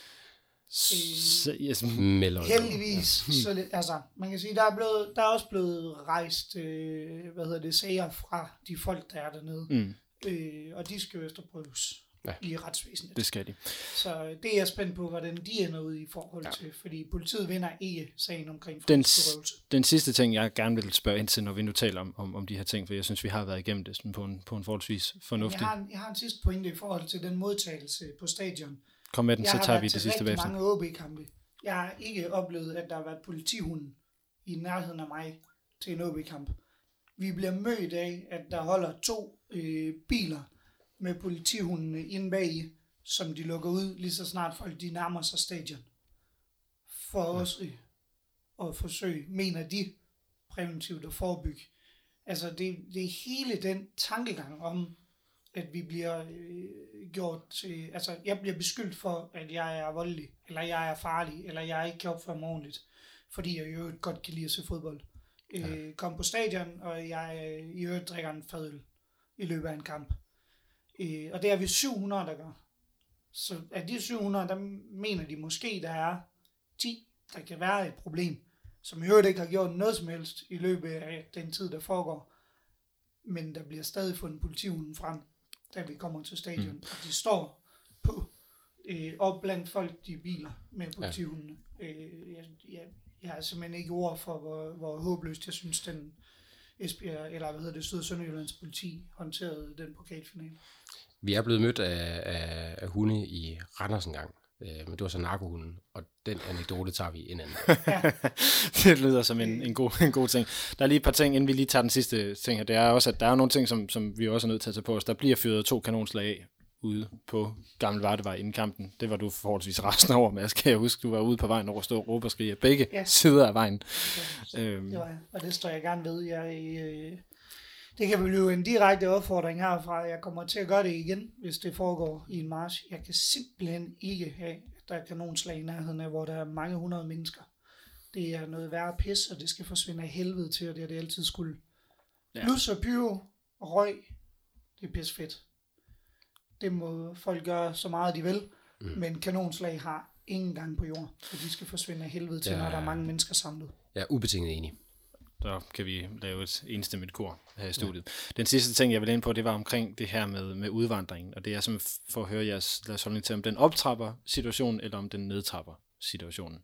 Så, yes. Heldigvis. Så, altså, man kan sige, der er, blevet, der er også blevet rejst øh, hvad hedder det, sager fra de folk, der er dernede. Mm. Øh, og de skal jo efterprøves ja. i retsvæsenet. Det skal de. Så det er jeg spændt på, hvordan de ender ud i forhold ja. til, fordi politiet vinder ikke sagen omkring den, den sidste ting, jeg gerne vil spørge ind til, når vi nu taler om, om, om de her ting, for jeg synes, vi har været igennem det på en, på en forholdsvis fornuftig... Jeg har, en, jeg har en sidste pointe i forhold til den modtagelse på stadion. Kom med den, så tager vi det sidste bagefter. Jeg har været til mange O B-kampe. Jeg har ikke oplevet, at der har været politihunden i nærheden af mig til en O B-kamp. Vi bliver mødt af, at der holder to øh, biler med politihundene inde bag, som de lukker ud, lige så snart folk de nærmer sig stadion. For os ja. at forsøge, mener de, præventivt at forebygge. Altså det, det er hele den tankegang om, at vi bliver øh, gjort til, altså jeg bliver beskyldt for, at jeg er voldelig, eller jeg er farlig, eller jeg ikke kan opføre mig ordentligt, fordi jeg jo godt kan lide at se fodbold. Ja. Øh, kom på stadion, og jeg øh, i øvrigt drikker en fadøl i løbet af en kamp. Øh, og det er vi syv hundrede, der gør. Så af de syv hundrede, der mener de måske, der er ti, der kan være et problem, som i øvrigt ikke har gjort noget som helst i løbet af den tid, der foregår. Men der bliver stadig fundet politihunden frem, da vi kommer til stadion. Mm. Og de står på øh, op blandt folk, de biler med politihundene. Ja. Øh, jeg, jeg, jeg har simpelthen ikke ord for, hvor, hvor håbløst jeg synes, den Esbjerg, eller hvad hedder det, Syd- og Sønderjyllands politi håndterede den pokalfinale. Vi er blevet mødt af, af, af hunde i Randers en gang, øh, men det var så narkohunden, og den anekdote tager vi en anden. Ja. Det lyder som en, en, god, en god ting. Der er lige et par ting, inden vi lige tager den sidste ting her. Det er også, at der er nogle ting, som, som vi også er nødt til at tage på os. Der bliver fyret to kanonslag af ude på Gammel Vardevej inden kampen. Det var du forholdsvis rasende over, Mads, kan jeg huske. Du var ude på vejen over at stå og råbe og skrige af begge ja. sider af vejen. Ja, øhm. det var jeg, og det står jeg gerne ved. Jeg, øh, det kan blive en direkte opfordring herfra. Jeg kommer til at gøre det igen, hvis det foregår i en march. Jeg kan simpelthen ikke have, at der er kanonslag i nærheden af, hvor der er mange hundrede mennesker. Det er noget værre pis, og det skal forsvinde af helvede til, og det er det altid skulle. Ja. Plus og pyro og røg, det er pis fedt. Det må folk gøre så meget, de vil, mm. men kanonslag har ingen gang på jord, og de skal forsvinde af helvede til, ja, når der er mange mennesker samlet. Jeg er ubetinget enig. Så kan vi lave et enstemmigt kor her i studiet. Ja. Den sidste ting, jeg vil ind på, det var omkring det her med, med udvandringen, og det er som for at høre jeres, jeres holdning til, om den optrapper situationen, eller om den nedtrapper situationen.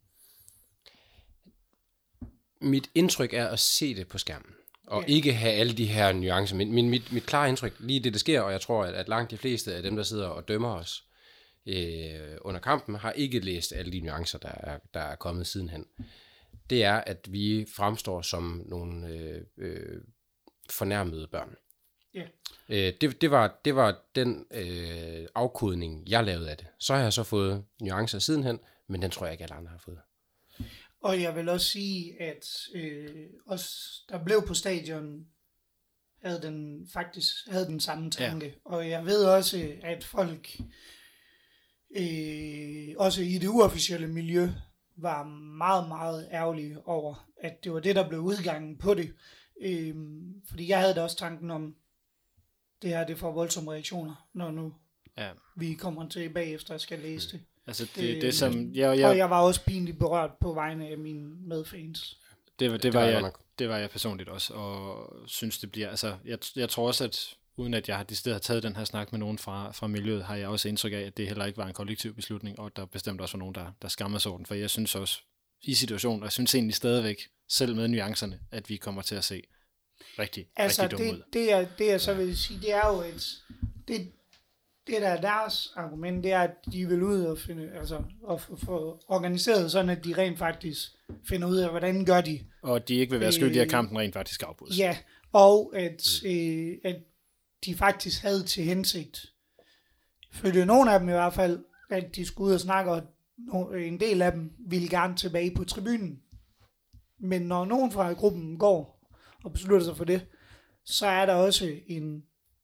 Mit indtryk er at se det på skærmen, og ja. ikke have alle de her nuancer. Min, min, mit, mit klare indtryk, lige det der sker, og jeg tror, at, at langt de fleste af dem, der sidder og dømmer os øh, under kampen, har ikke læst alle de nuancer, der er, der er kommet sidenhen. Det er, at vi fremstår som nogle øh, øh, fornærmede børn. Ja. Øh, det, det, var, det var den øh, afkodning, jeg lavede af det. Så har jeg så fået nuancer sidenhen, men den tror jeg ikke, alle andre har fået. Og jeg vil også sige, at øh, os, der blev på stadion, havde den faktisk havde den samme tanke. Ja. Og jeg ved også, at folk, øh, også i det uofficielle miljø, var meget, meget ærgerlige over, at det var det, der blev udgangen på det. Øh, fordi jeg havde da også tanken om, det her det får voldsomme reaktioner, når nu ja. vi kommer til bagefter og skal læse det. Altså det, øh, det som jeg, jeg, og jeg var også pinligt berørt på vegne af mine medfans. Det, det, det, var, jeg, det var jeg personligt også, og synes det bliver, altså jeg, jeg tror også, at uden at jeg har decideret taget den her snak med nogen fra, fra miljøet, har jeg også indtryk af, at det heller ikke var en kollektiv beslutning, og der bestemt også var nogen, der, der skammer sig over den, for jeg synes også i situationen, og jeg synes egentlig stadigvæk, selv med nuancerne, at vi kommer til at se rigtig, altså, rigtig dumme det, ud. Det er, det er så vil sige, det er jo et, det, det der er deres argument, det er, at de vil ud og finde, altså, og få organiseret sådan, at de rent faktisk finder ud af, hvordan gør de. Og de ikke vil være skyldige, at kampen rent faktisk afbrydes. Ja, og at, øh, at de faktisk havde til hensigt, følge nogle af dem i hvert fald, at de skulle ud og snakke, og en del af dem ville gerne tilbage på tribunen. Men når nogen fra gruppen går og beslutter sig for det, så er der også en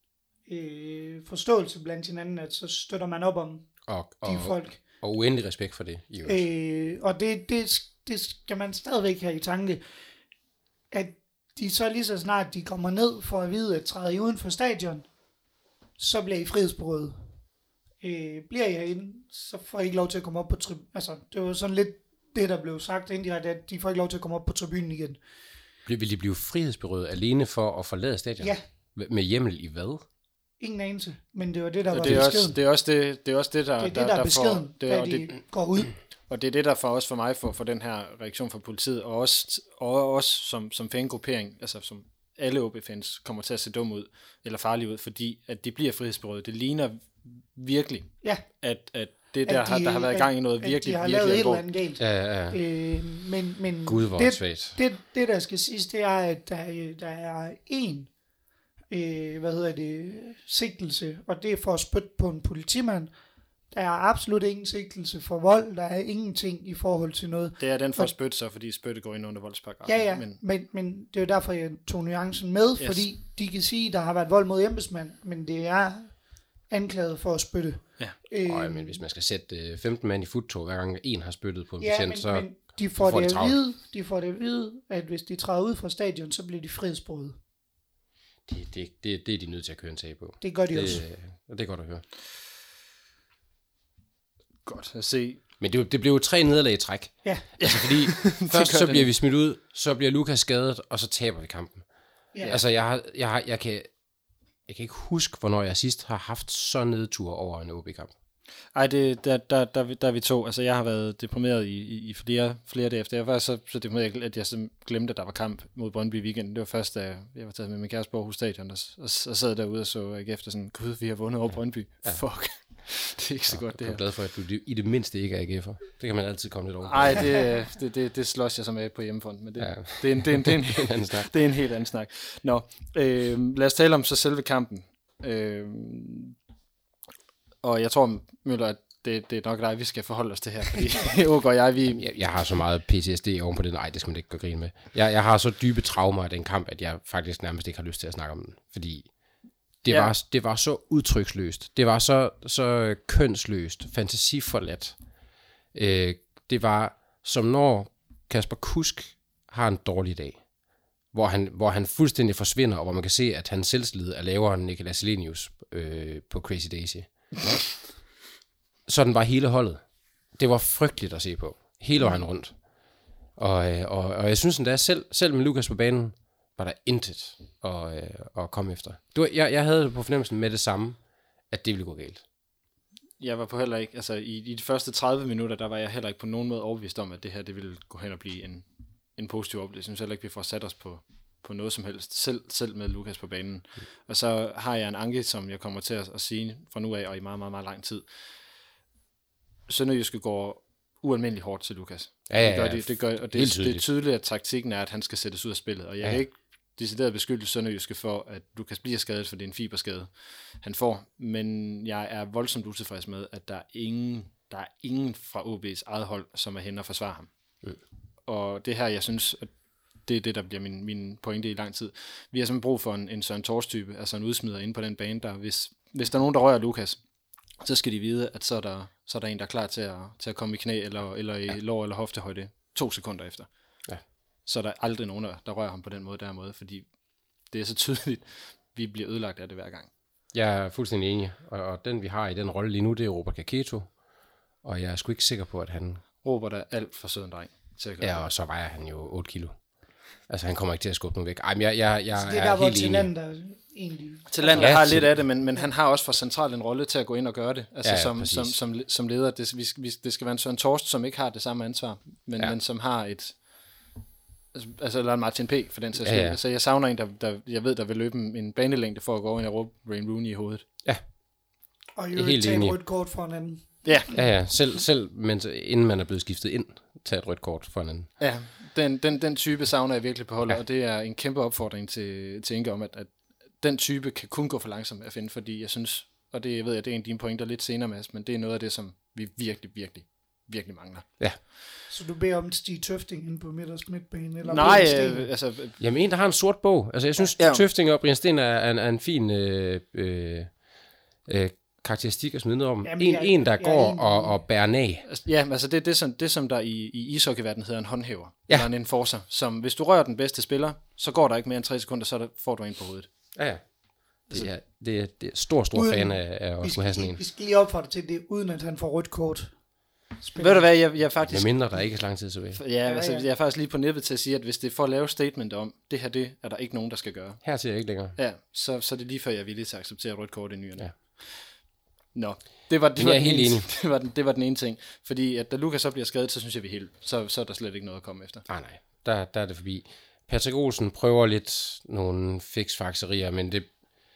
øh, forståelse blandt hinanden, at så støtter man op om og, de og, folk. Og uendelig respekt for det. I øh, og det, det, det skal man stadigvæk have i tanke, at de så lige så snart de kommer ned for at vide, at træde I uden for stadion, så bliver I frihedsberøvet. Øh, bliver I herinde, så får I ikke lov til at komme op på tribunen. Altså, det var sådan lidt det, der blev sagt indirekte, at de får ikke lov til at komme op på tribunen igen. Vil de blive frihedsberøvet alene for at forlade stadion? Ja. Med hjemmel i hvad? Ingen anelse, men det var det, der og var det er beskeden. Også, det er også det, det, er også det der, det, er det, der, der er der beskeden, får, det, da og de det, går ud. Og det er det, der for os for mig for, for den her reaktion fra politiet, og også, og også som, som fangruppering, altså som alle O B-fans kommer til at se dum ud, eller farlige ud, fordi at de bliver frihedsberøvet. Det ligner virkelig, ja. at, at det der, at de, har, der har været i gang i noget at virkelig, de har virkelig lavet et eller andet galt. Ja, ja, ja. Øh, men, men Gud, hvor det, svagt. Det, det, der skal siges, det er, at der, der er en øh, hvad hedder det, sigtelse, og det er for at spytte på en politimand. Der er absolut ingen sigtelse for vold, der er ingenting i forhold til noget. Det er den for at spytte så, fordi spytte går ind under voldsparagrafen. Ja, ja, men, men, men det er jo derfor, jeg tog nuancen med, yes. Fordi de kan sige, at der har været vold mod embedsmand, men det er anklaget for at spytte. Ja. Øh, Øj, men hvis man skal sætte femten mand i futtog, hver gang en har spyttet på en ja, patient, men, så men de får, får det de at vide, de får det at vide, at hvis de træder ud fra stadion, så bliver de frihedsberøvet. Det, det, det, det er de nødt til at køre en sag på. Det gør de det, også. Det er godt at høre. Godt at se. Men det, det blev jo tre nederlag i træk. Ja. Altså fordi først så bliver vi smidt ud, så bliver Lukas skadet, og så taber vi kampen. Ja. Altså jeg, har, jeg, har, jeg, kan, jeg kan ikke huske, hvornår jeg sidst har haft så nedtur over en O B-kamp. Ej, det, der, der, der, der er vi to. Altså, jeg har været deprimeret i, i, i flere, flere dage efter. Jeg var så, så deprimeret, at jeg så glemte, at der var kamp mod Brøndby i weekenden. Det var først, da jeg var taget med min kæreste på Aarhus Stadion, og, og, og sad derude og så ikke efter sådan, gud, vi har vundet over Brøndby. Ja. Fuck. Det er ikke så ja, godt, det her. Jeg er glad for, at du i det mindste ikke er A G F'er. Det kan man altid komme lidt over. Nej, det, det, det, det slås jeg så med på hjemmefront, men det, ja. det, er, en, det, er, en, det, er, en, en anden snak. Det er en helt anden snak. Nå, øh, lad os tale om så selve kampen. Øh, Og jeg tror, Møller, at det, det er nok dig, vi skal forholde os til her, fordi Åke og jeg, vi... Jeg, jeg har så meget P T S D oven på det. Nej, det skal man ikke gå grin med. Jeg, jeg har så dybe traumer af den kamp, at jeg faktisk nærmest ikke har lyst til at snakke om den. Fordi det, ja. var, det var så udtryksløst. Det var så, så kønsløst, fantasiforladt. Øh, det var som når Kasper Kusk har en dårlig dag, hvor han, hvor han fuldstændig forsvinder, og hvor man kan se, at hans selvtillid er lavere end Niklas Elenius øh, på Crazy Daisy. Sådan var hele holdet. Det var frygteligt at se på. Hele vejen rundt. Og, og, og jeg synes endda, selv, selv med Lukas på banen, var der intet at, at komme efter. Du, jeg, jeg havde på fornemmelsen med det samme, at det ville gå galt. Jeg var på heller ikke, altså i, i de første tredive minutter, der var jeg heller ikke på nogen måde overbevist om, at det her, det ville gå hen og blive en, en positiv oplevelse. Jeg synes heller ikke, vi får sat os på, på noget som helst, selv, selv med Lukas på banen. Mm. Og så har jeg en anke, som jeg kommer til at, at sige fra nu af, og i meget, meget, meget lang tid. Sønderjyske går ualmindeligt hårdt til Lukas. Ja, ja, ja. Det gør, det, det gør, og det, det er tydeligt, at taktikken er, at han skal sættes ud af spillet. Og jeg ja. kan ikke decideret beskylde Sønderjyske for, at Lukas bliver skadet, for det er en fiberskade, han får. Men jeg er voldsomt utilfreds med, at der er ingen, der er ingen fra O B's eget hold, som er henne og forsvarer ham. Mm. Og det her, jeg synes, at det er det, der bliver min, min pointe i lang tid. Vi har simpelthen brug for en, en Søren Tors-type, altså en udsmider inde på den bane, der hvis, hvis der er nogen, der rører Lukas, så skal de vide, at så er der, så er der en, der er klar til at, til at komme i knæ, eller, eller i ja. lår eller hoftehøjde, to sekunder efter. Ja. Så er der aldrig nogen, der, der rører ham på den måde, der måde, fordi det er så tydeligt, vi bliver ødelagt af det hver gang. Jeg er fuldstændig enig, og, og den vi har i den rolle lige nu, det er Robert Kaketo, og jeg er sgu ikke sikker på, at han... Robert er alt for sød en dreng til at gøre. Ja, og så vejer han jo otte kilo. Altså, han kommer ikke til at skubbe nogen væk. Ej, men jeg, jeg, jeg så det er, er der, helt enig. Talander egentlig... Talander ja, har lidt af det, men, men han har også for centralt en rolle til at gå ind og gøre det. Altså ja, ja, som, som, som, som leder. Det, vi, det skal være en Søren Torst, som ikke har det samme ansvar, men, ja. men som har et... Altså, eller Martin P. for den sags skyld. Ja, ja. Altså, jeg savner en, der, der, jeg ved, der vil løbe en banelængde for at gå ind og råbe Wayne Rooney i hovedet. Ja. Og jo ikke tage et rødt kort for en anden. Ja. Ja, ja. Selv, selv mens, inden man er blevet skiftet ind, tage et rødt kort for en anden. Ja, den, den, den type savner jeg virkelig på holdet, ja. Og det er en kæmpe opfordring til, til Inge om, at, at den type kan kun gå for langsomt at finde, fordi jeg synes, og det jeg ved jeg, det er en af dine pointer lidt senere, Mads, men det er noget af det, som vi virkelig, virkelig, virkelig mangler. Ja. Så du beder om Stig Tøfting inde på midterst midtbane? Eller Nej, øh, altså... Jamen en, der har en sort bog. Altså jeg synes, ja. Tøfting og Brian Sten er, er, er en fin øh, øh, øh, karakteristik at smide ned om. Jamen, en, jeg, en, der går en, og, og bærer af. Ja, altså det er det, som, det, som der i, i ishockeyverdenen hedder en håndhæver. Ja. Eller en enforcer, som hvis du rører den bedste spiller, så går der ikke mere end tre sekunder, så der, får du en på hovedet. Ja, ja. Det er, det er, det er stor, stor uden, fan af, af at skulle have sådan en. Vi skal lige opfordre til det, uden at han får rødt kort. Spiller. Ved du hvad, jeg, jeg faktisk... Med mindre, der ikke er så lang tid tilbage. Ja, altså, jeg er faktisk lige på nippet til at sige, at hvis det er for at lave statement om, det her, det er der ikke nogen, der skal gøre. Hertil er ikke længere. Ja, så, så er det lige før, jeg er villig til at acceptere rødt kort i nyerne. Ja. Nå, det var, det, var den helt ene, det, var den, det var den ene ting. Fordi at da Lukas så bliver skadet, så synes jeg, vi er helt... Så, så er der slet ikke noget at komme efter. Nej, nej. Der, der er det forbi. Patrick Olsen prøver lidt nogle fiksfakserier, men det...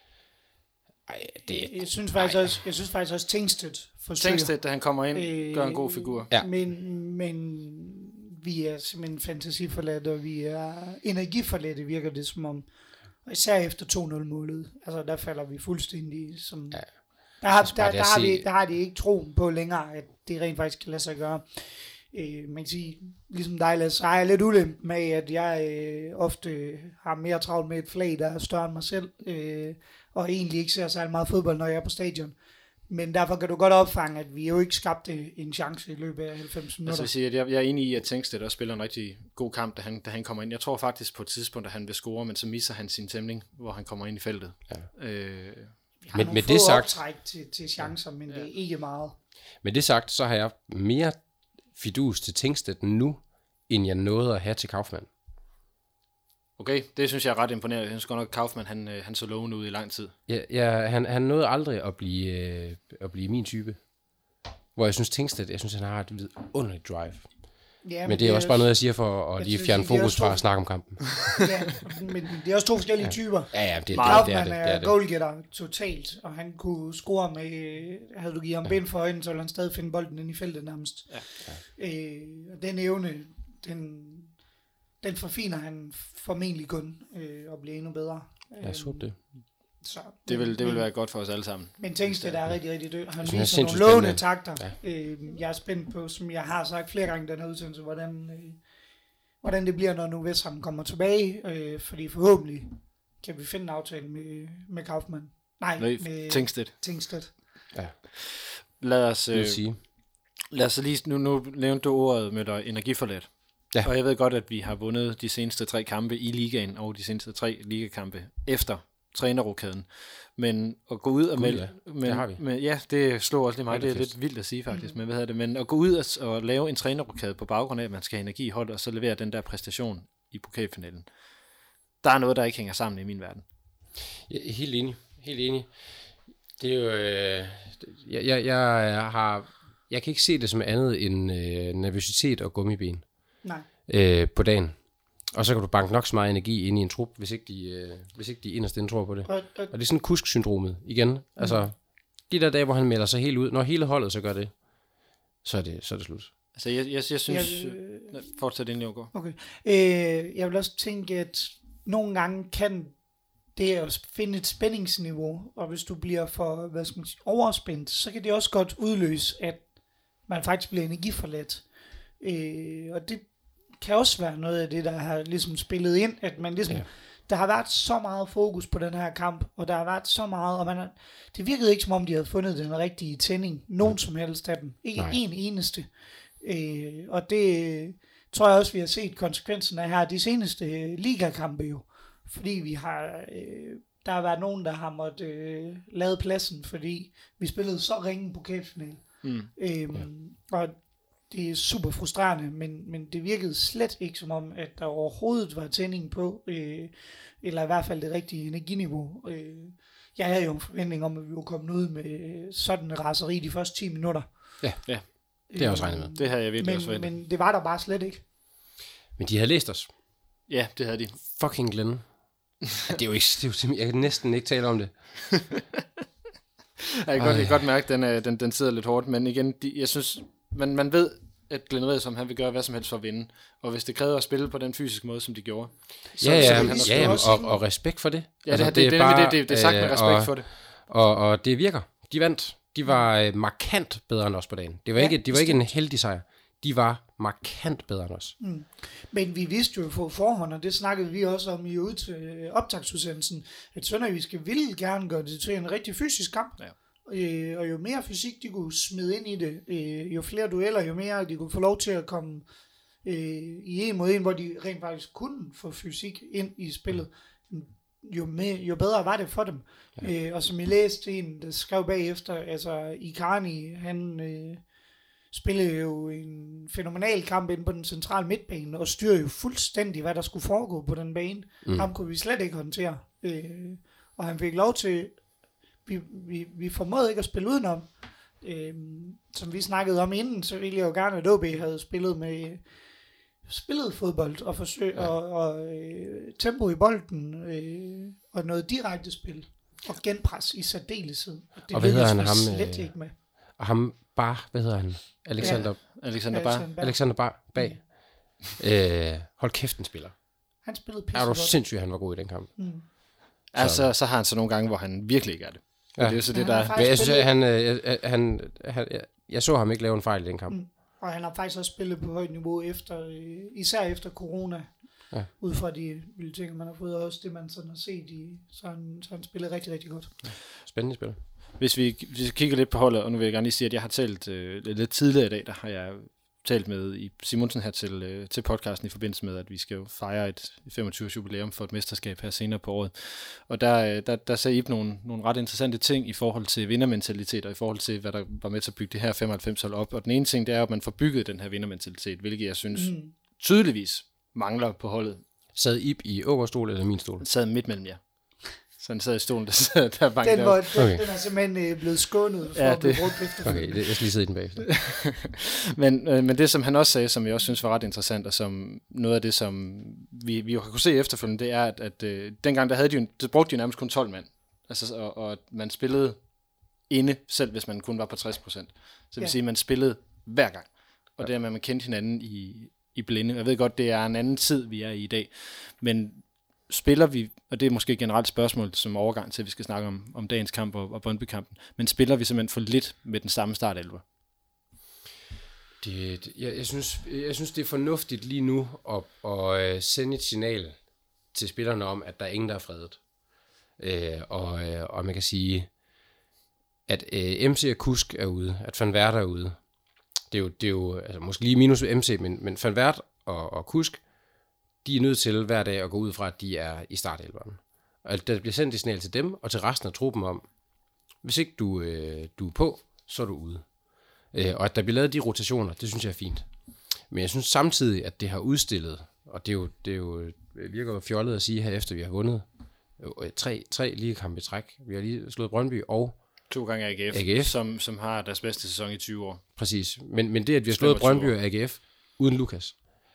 Ej, det... Jeg synes faktisk ej. også, jeg synes faktisk også Tingstedt forsøger. Tingstedt, da han kommer ind, øh, gør en god figur. Ja. Men, men vi er simpelthen fantasiforladte, og vi er energiforladte, virker det som om. Og især efter to nul-målet. Altså, der falder vi fuldstændig som... Ja. Der har, der, der, har de, der har de ikke troen på længere, at det rent faktisk kan lade sig gøre. Øh, man kan sige, ligesom dig, Lasse, så har jeg lidt ulempe med, at jeg øh, ofte har mere travlt med et flag, der er større end mig selv, øh, og egentlig ikke ser særlig meget fodbold, når jeg er på stadion. Men derfor kan du godt opfange, at vi jo ikke skabte en chance i løbet af halvfems minutter. Altså, jeg, siger, jeg, jeg er enig i, at Tingstedt også spiller en rigtig god kamp, da han, da han kommer ind. Jeg tror faktisk på et tidspunkt, at han vil score, men så misser han sin tæmning, hvor han kommer ind i feltet. Ja. Øh, Vi har men, nogle med få det sagt, optræk til, til chancer, men ja. Det er ikke meget. Med det sagt, så har jeg mere fidus til Tingstedt nu, end jeg nåede at have til Kaufmann. Okay, det synes jeg er ret imponerende. Jeg synes godt nok, at Kaufmann han, han så lovende ud i lang tid. Ja, ja han, han nåede aldrig at blive, øh, at blive min type. Hvor jeg synes, Tingstedt, jeg synes, han har et vidunderligt drive. Ja, men, men det er også bare noget, jeg siger for at lige fjerne fokus fra at snakke om kampen. Ja, men det er også to forskellige ja. typer. Ja, ja, det, det, Kaufmann det, det, det, det er det. goalgetter totalt, og han kunne score med, havde du givet ham ja. bind for øjnene, så ville han stadig finde bolden ind i feltet nærmest. Ja. Ja. Øh, og den evne, den, den forfiner han formentlig kun, øh, og bliver endnu bedre. Ja, så det. Så, Det vil, det vil men, være godt for os alle sammen. Men Tengstedt er rigtig, rigtig død. Han han er viser nogle sindssygt lovende spændende. takter. Ja. Øh, jeg er spændt på, som jeg har sagt flere gange i den her udsendelse, hvordan, øh, hvordan det bliver, når nu Vestham kommer tilbage. Øh, fordi forhåbentlig kan vi finde en aftale med, med Kaufmann. Nej, Nej, med Tengstedt. Tengstedt. Ja, Lad os, det vil øh, sige. lad os lige, nu, nu nævnte du ordet med dig energiforladt. Ja. Og jeg ved godt, at vi har vundet de seneste tre kampe i ligaen, og de seneste tre ligakampe efter trænerrokaden. Men at gå ud og Gud, melde... ja. Men, Det har vi. Men, ja, det slår også lige mig. Hold da Det er fest. lidt vildt at sige faktisk. Mm. Men, hvad hedder det? Men at gå ud og, og lave en trænerrokade på baggrund af, at man skal have energi i holdet, og så levere den der præstation i pokalfinalen. Der er noget, der ikke hænger sammen i min verden. Jeg er helt enig. Helt enig. Det er jo... Øh, jeg, jeg, jeg, har, jeg kan ikke se det som andet end øh, nervøsitet og gummiben Nej. øh, på dagen. Og så kan du banke nok så meget energi ind i en trup, hvis ikke de, øh, hvis ikke de inderst inde tror på det. Og, og, Og det er sådan kusk-syndromet igen. Mm. Altså, de der dage, hvor han melder sig helt ud, når hele holdet så gør det, så er det, så er det slut. Altså, jeg, jeg, jeg synes... Jeg, Øh, fortsæt inden jeg går. Okay. Øh, jeg vil også tænke, at nogle gange kan det at finde et spændingsniveau, og hvis du bliver for, hvad skal man sige, overspændt, så kan det også godt udløse, at man faktisk bliver energiforladt. Øh, og det kan også være noget af det, der har ligesom spillet ind, at man ligesom, Ja. der har været så meget fokus på den her kamp, og der har været så meget, og man har, det virkede ikke som om, de havde fundet den rigtige tænding, nogen som helst af dem. Ikke Nej. en eneste. Øh, og det tror jeg også, vi har set konsekvensen af her de seneste øh, ligakampe jo. Fordi vi har, øh, der har været nogen, der har måttet øh, lade pladsen, fordi vi spillede så ringe pokalfinale. Mm. Øhm, ja. Og det er super frustrerende, men, men det virkede slet ikke som om, at der overhovedet var tænding på, øh, eller i hvert fald det rigtige energiniveau. Øh, jeg havde jo en forventning om, at vi var kommet ud med sådan en raseri de første ti minutter. Ja, Ja. det har jeg også regnet med. Det havde jeg virkelig også Men, forventet. men det var der bare slet ikke. Men de havde læst os. Ja, det havde de. Fucking Glenn. Det er jo ikke, det er jo simpelthen, jeg kan næsten ikke tale om det. Jeg kan, godt, jeg kan godt mærke, at den, er, den, den sidder lidt hårdt, men igen, de, jeg synes, man, man ved, at Glenn Riddersholm, han vil gøre hvad som helst for at vinde, og hvis det kræver at spille på den fysiske måde, som de gjorde. Så, ja, ja, så ja, vil han også ja, gøre ja og, og respekt for det. Ja, altså, det, det, det, det, det, det, det er sagt med respekt og, for det. Og, og det virker. De vandt. De var øh, markant bedre end os på dagen. Det var, Ja, ikke, det var ikke en heldig sejr. De var markant bedre end os. Mm. Men vi vidste jo på forhånd, og det snakkede vi også om i ud til optagsudsendelsen, at Sønderjyske ville gerne gøre det til en rigtig fysisk kamp. Ja. Øh, og jo mere fysik de kunne smide ind i det, øh, jo flere dueller, jo mere de kunne få lov til at komme øh, i en mod en, hvor de rent faktisk kunne få fysik ind i spillet, jo, med, jo bedre var det for dem. Ja. Øh, og som I læste en, der skrev bagefter, altså Icarni, han øh, spillede jo en fænomenal kamp inde på den centrale midtbane, og styrede jo fuldstændig, hvad der skulle foregå på den bane. Mm. Ham kunne vi slet ikke håndtere. Øh, og han fik lov til, vi, vi, vi formåede ikke at spille udenom. Øh, som vi snakkede om inden, så ville jeg jo gerne, at O B havde spillet med spillet fodbold og forsøg ja. og, og øh, tempo i bolden øh, og noget direkte spil og genpres i særdeleshed. Det og hvad hedder han vi ham? Slet Øh, ikke med. og ham Bar, hvad hedder han? Alexander, Ja, Alexander Bar. Alexander Alexander Bar bag. Mm. Øh, hold kæft, den spiller. Han spillede Er pisse du godt. sindssygt, han var god i den kamp. Mm. Altså, så har han så nogle gange, hvor han virkelig ikke er det. Ja. Ja. Det er jo så Men det, han der... har Men jeg synes, spillet- at han, øh, han, han, han, jeg, jeg så ham ikke lave en fejl i den kamp. Mm. Og han har faktisk også spillet på højt niveau, efter, øh, især efter corona. Ja. Ud fra de ville ting, man har fået, og også det, man sådan har set i, så han, så han spillet rigtig, rigtig godt. Spændende spiller. Hvis vi, hvis vi kigger lidt på holdet, og nu vil jeg gerne lige sige, at jeg har talt øh, lidt tidligere i dag, der har jeg talt med i Simonsen her til, øh, til podcasten i forbindelse med, at vi skal jo fejre et femogtyve års jubilæum for et mesterskab her senere på året. Og der, øh, der, der sagde Ib nogle, nogle ret interessante ting i forhold til vindermentalitet, og i forhold til, hvad der var med til at bygge det her femoghalvfems hold op. Og den ene ting, det er, at man får bygget den her vindermentalitet, hvilket jeg synes mm. tydeligvis mangler på holdet. Sad Ib i Ågerstol eller min stol? Han sad midt mellem jer. Så han sad i stolen, der, sad, der bankede Den, op. var, den, Okay. den er simpelthen øh, blevet skånet for Ja, at blive det- brugt efter. Okay, det, jeg skal lige sidde i den bagefter. men, øh, men det, som han også sagde, som jeg også synes var ret interessant, og som noget af det, som vi, vi jo har kunne se efterfølgende, det er, at, at øh, dengang der havde de jo, det brugte de jo nærmest kun tolv mand. Altså, og, og at man spillede inde, selv hvis man kun var på tres procent. Så det vil Ja. sige, at man spillede hver gang. Og det er, at man kendte hinanden i, i blinde. Jeg ved godt, det er en anden tid, vi er i i dag. Men spiller vi, og det er måske et generelt spørgsmål som overgang til, at vi skal snakke om, om dagens kamp og, og Brøndby-kampen, men spiller vi simpelthen for lidt med den samme startelver? Det, det, jeg, jeg, synes, jeg synes, det er fornuftigt lige nu at, at sende et signal til spillerne om, at der er ingen, der er fredet. Øh, og, og man kan sige, at øh, M C og Kusk er ude, at Van Wert er ude. Det er jo, det er jo altså, måske lige minus M C, men, men Van Wert og, og Kusk, de er nødt til hver dag at gå ud fra, at de er i startelveren. Og der bliver sendt et signal til dem og til resten af truppen om, hvis ikke du, øh, du er på, så er du ude. Øh, og at der bliver lavet de rotationer, det synes jeg er fint. Men jeg synes samtidig, at det har udstillet, og det er jo, det er jo det virker jo fjollet at sige her efter, vi har vundet øh, tre, tre ligekampe i træk. Vi har lige slået Brøndby og To gange A G F, A G F. Som, som har deres bedste sæson i tyve år. Præcis. Men, men det, at vi har slået Brøndby og A G F uden Lukas,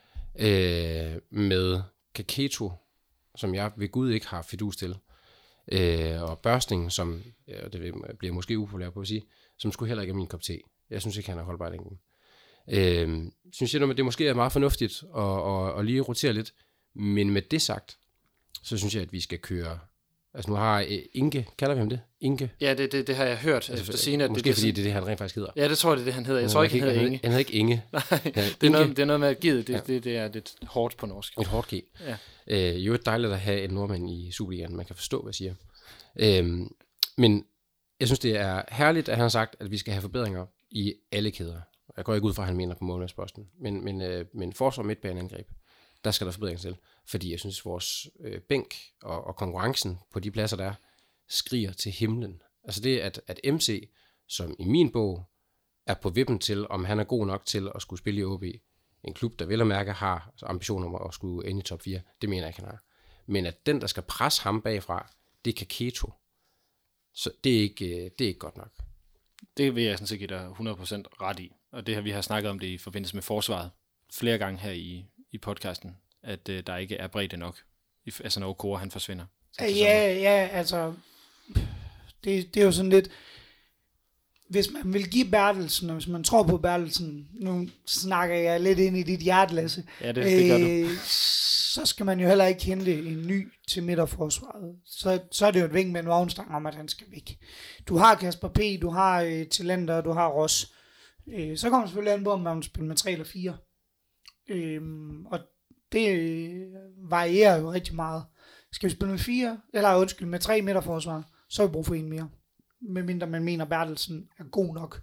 øh, med Kaketo, som jeg ved Gud ikke har fidus til, øh, og Børsting, som, ja, det bliver måske upopulær på at sige, som skulle heller ikke have min kop te. Jeg synes ikke, han er holdbar længden. Øh, synes jeg, at det måske er meget fornuftigt at, at, at lige rotere lidt, men med det sagt, så synes jeg, at vi skal køre. Altså nu har Inge, kalder vi ham det? Inge? Ja, det, det, det har jeg hørt efter scene. Måske det, fordi det er det, han rent faktisk hedder. Ja, det tror jeg, det er det, han hedder. Jeg tror ikke, han hedder Inge. Han hedder ikke Inge. Nej, det er, noget, det er noget med at give det, ja. det, det er lidt hårdt på norsk. Et hårdt G. Ja. Øh, jo et dejligt at have en nordmand i Superligaen, man kan forstå, hvad jeg siger. Øh, men jeg synes, det er herligt, at han har sagt, at vi skal have forbedringer i alle kæder. Jeg går ikke ud fra, at han mener på månedsposten. Men, men, øh, men forsvar midtbaneangreb, der skal der forbedringer til. Fordi jeg synes, vores øh, bænk og, og konkurrencen på de pladser, der er, skriger til himlen. Altså det, at, at M C, som i min bog, er på vippen til, om han er god nok til at skulle spille i O B. En klub, der vel og mærke har ambitioner om at skulle ind i top fire. Det mener jeg ikke, han har. Men at den, der skal presse ham bagfra, det er Kaketo. Så det er ikke, det er ikke godt nok. Det vil jeg sådan set give dig hundrede procent ret i. Og det har vi har snakket om det i forbindelse med forsvaret flere gange her i, i podcasten, at uh, der ikke er bredde nok, altså når Okora han forsvinder. Ja, ja, altså, det, det er jo sådan lidt, hvis man vil give Bertelsen, og hvis man tror på Bertelsen, nu snakker jeg lidt ind i dit hjerte, Lasse, ja, det, det gør øh, du. Så skal man jo heller ikke hente en ny til midterforsvaret. Så, så er det jo et vink med en vognstang om, at han skal væk. Du har Kasper P., du har øh, Talenter, du har Ross. Øh, så kommer man selvfølgelig an på, om man vil spille med tre eller fire. Øh, og det øh, varierer jo rigtig meget. Skal vi spille med fire, eller undskyld, med tre midterforsvar, så har vi brug for en mere. Medmindre man mener, at Bertelsen er god nok.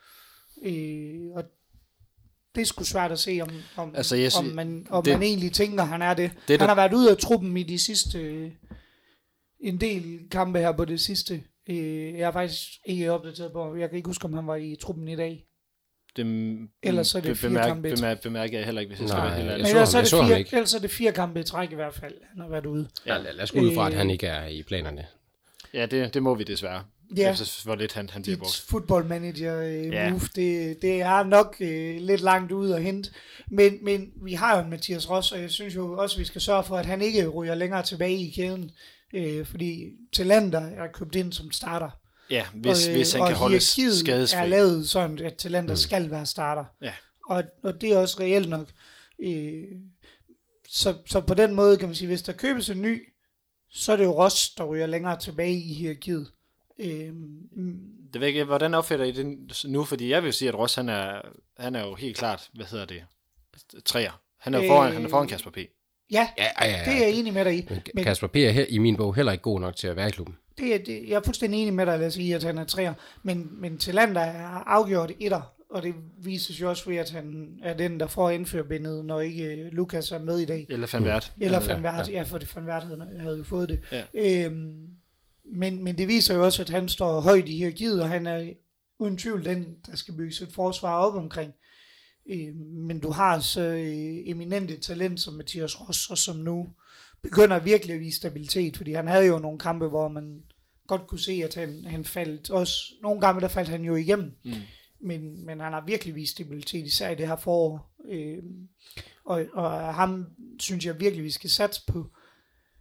Øh, og det er sgu svært at se, om, om, altså, yes, om, man, om det, man egentlig tænker, han er det. det han har været ude af truppen i de sidste, øh, en del kampe her på det sidste. Øh, jeg er faktisk ikke opdateret på, jeg kan ikke huske, om han var i truppen i dag. Dem, ellers så er det fire bemærk, kampe i bemærk, bemærker jeg heller ikke, hvis jeg skal være helt ærlig. Men ellers, er det fire, ellers er det fire kampe i træk i hvert fald, han har været ude. Ja, lad os gå ud fra, at han ikke er i planerne. Ja, det, det må vi desværre. Ja, efter hvor lidt han, han bliver brugt. Football manager øh, ja. move, det, det er nok øh, lidt langt ud at hente. Men, men vi har jo Mathias Ross, og jeg synes jo også, at vi skal sørge for, at han ikke ryger længere tilbage i kæden. Øh, fordi Talenter er købt ind som starter. Ja, hvis, og, hvis han kan holde skadesfri. Og er lavet sådan, at Talenter mm. skal være starter. Ja. Og, og det er også reelt nok. Øh, så, så på den måde kan man sige, hvis der købes en ny, så er det jo Ross, der ryger længere tilbage i hierarkiet. Øhm, det ved ikke, hvordan opfatter I det nu? Fordi jeg vil sige, at Ross, han er, han er jo helt klart, hvad hedder det, træer. Han er jo foran, øh, han er foran Kasper P. Ja, ja, ja, ja, det er jeg enig med dig i. Men Kasper P. er her, i min bog heller ikke god nok til at være i klubben. Det er, det, jeg er fuldstændig enig med dig, lad os sige, at han er træer. Men, men Talander er afgjort etter, og det vises jo også ved, at han er den, der får indførbindet, når ikke Lukas er med i dag. Eller Van Wert. Eller Van Wert, ja, for det Van Wert havde, havde jo fået det. Ja. Øhm, men, men det viser jo også, at han står højt i hierarkiet, og han er uden tvivl den, der skal bygge et forsvar op omkring. Øh, men du har så øh, eminente talent som Mathias Ross, og som nu begynder virkelig at vise stabilitet, fordi han havde jo nogle kampe, hvor man godt kunne se, at han, han faldt også, nogle gange der faldt han jo igennem, mm. men, men han har virkelig vist stabilitet, især i det her forår, øh, og, og ham synes jeg virkelig, vi skal satse på.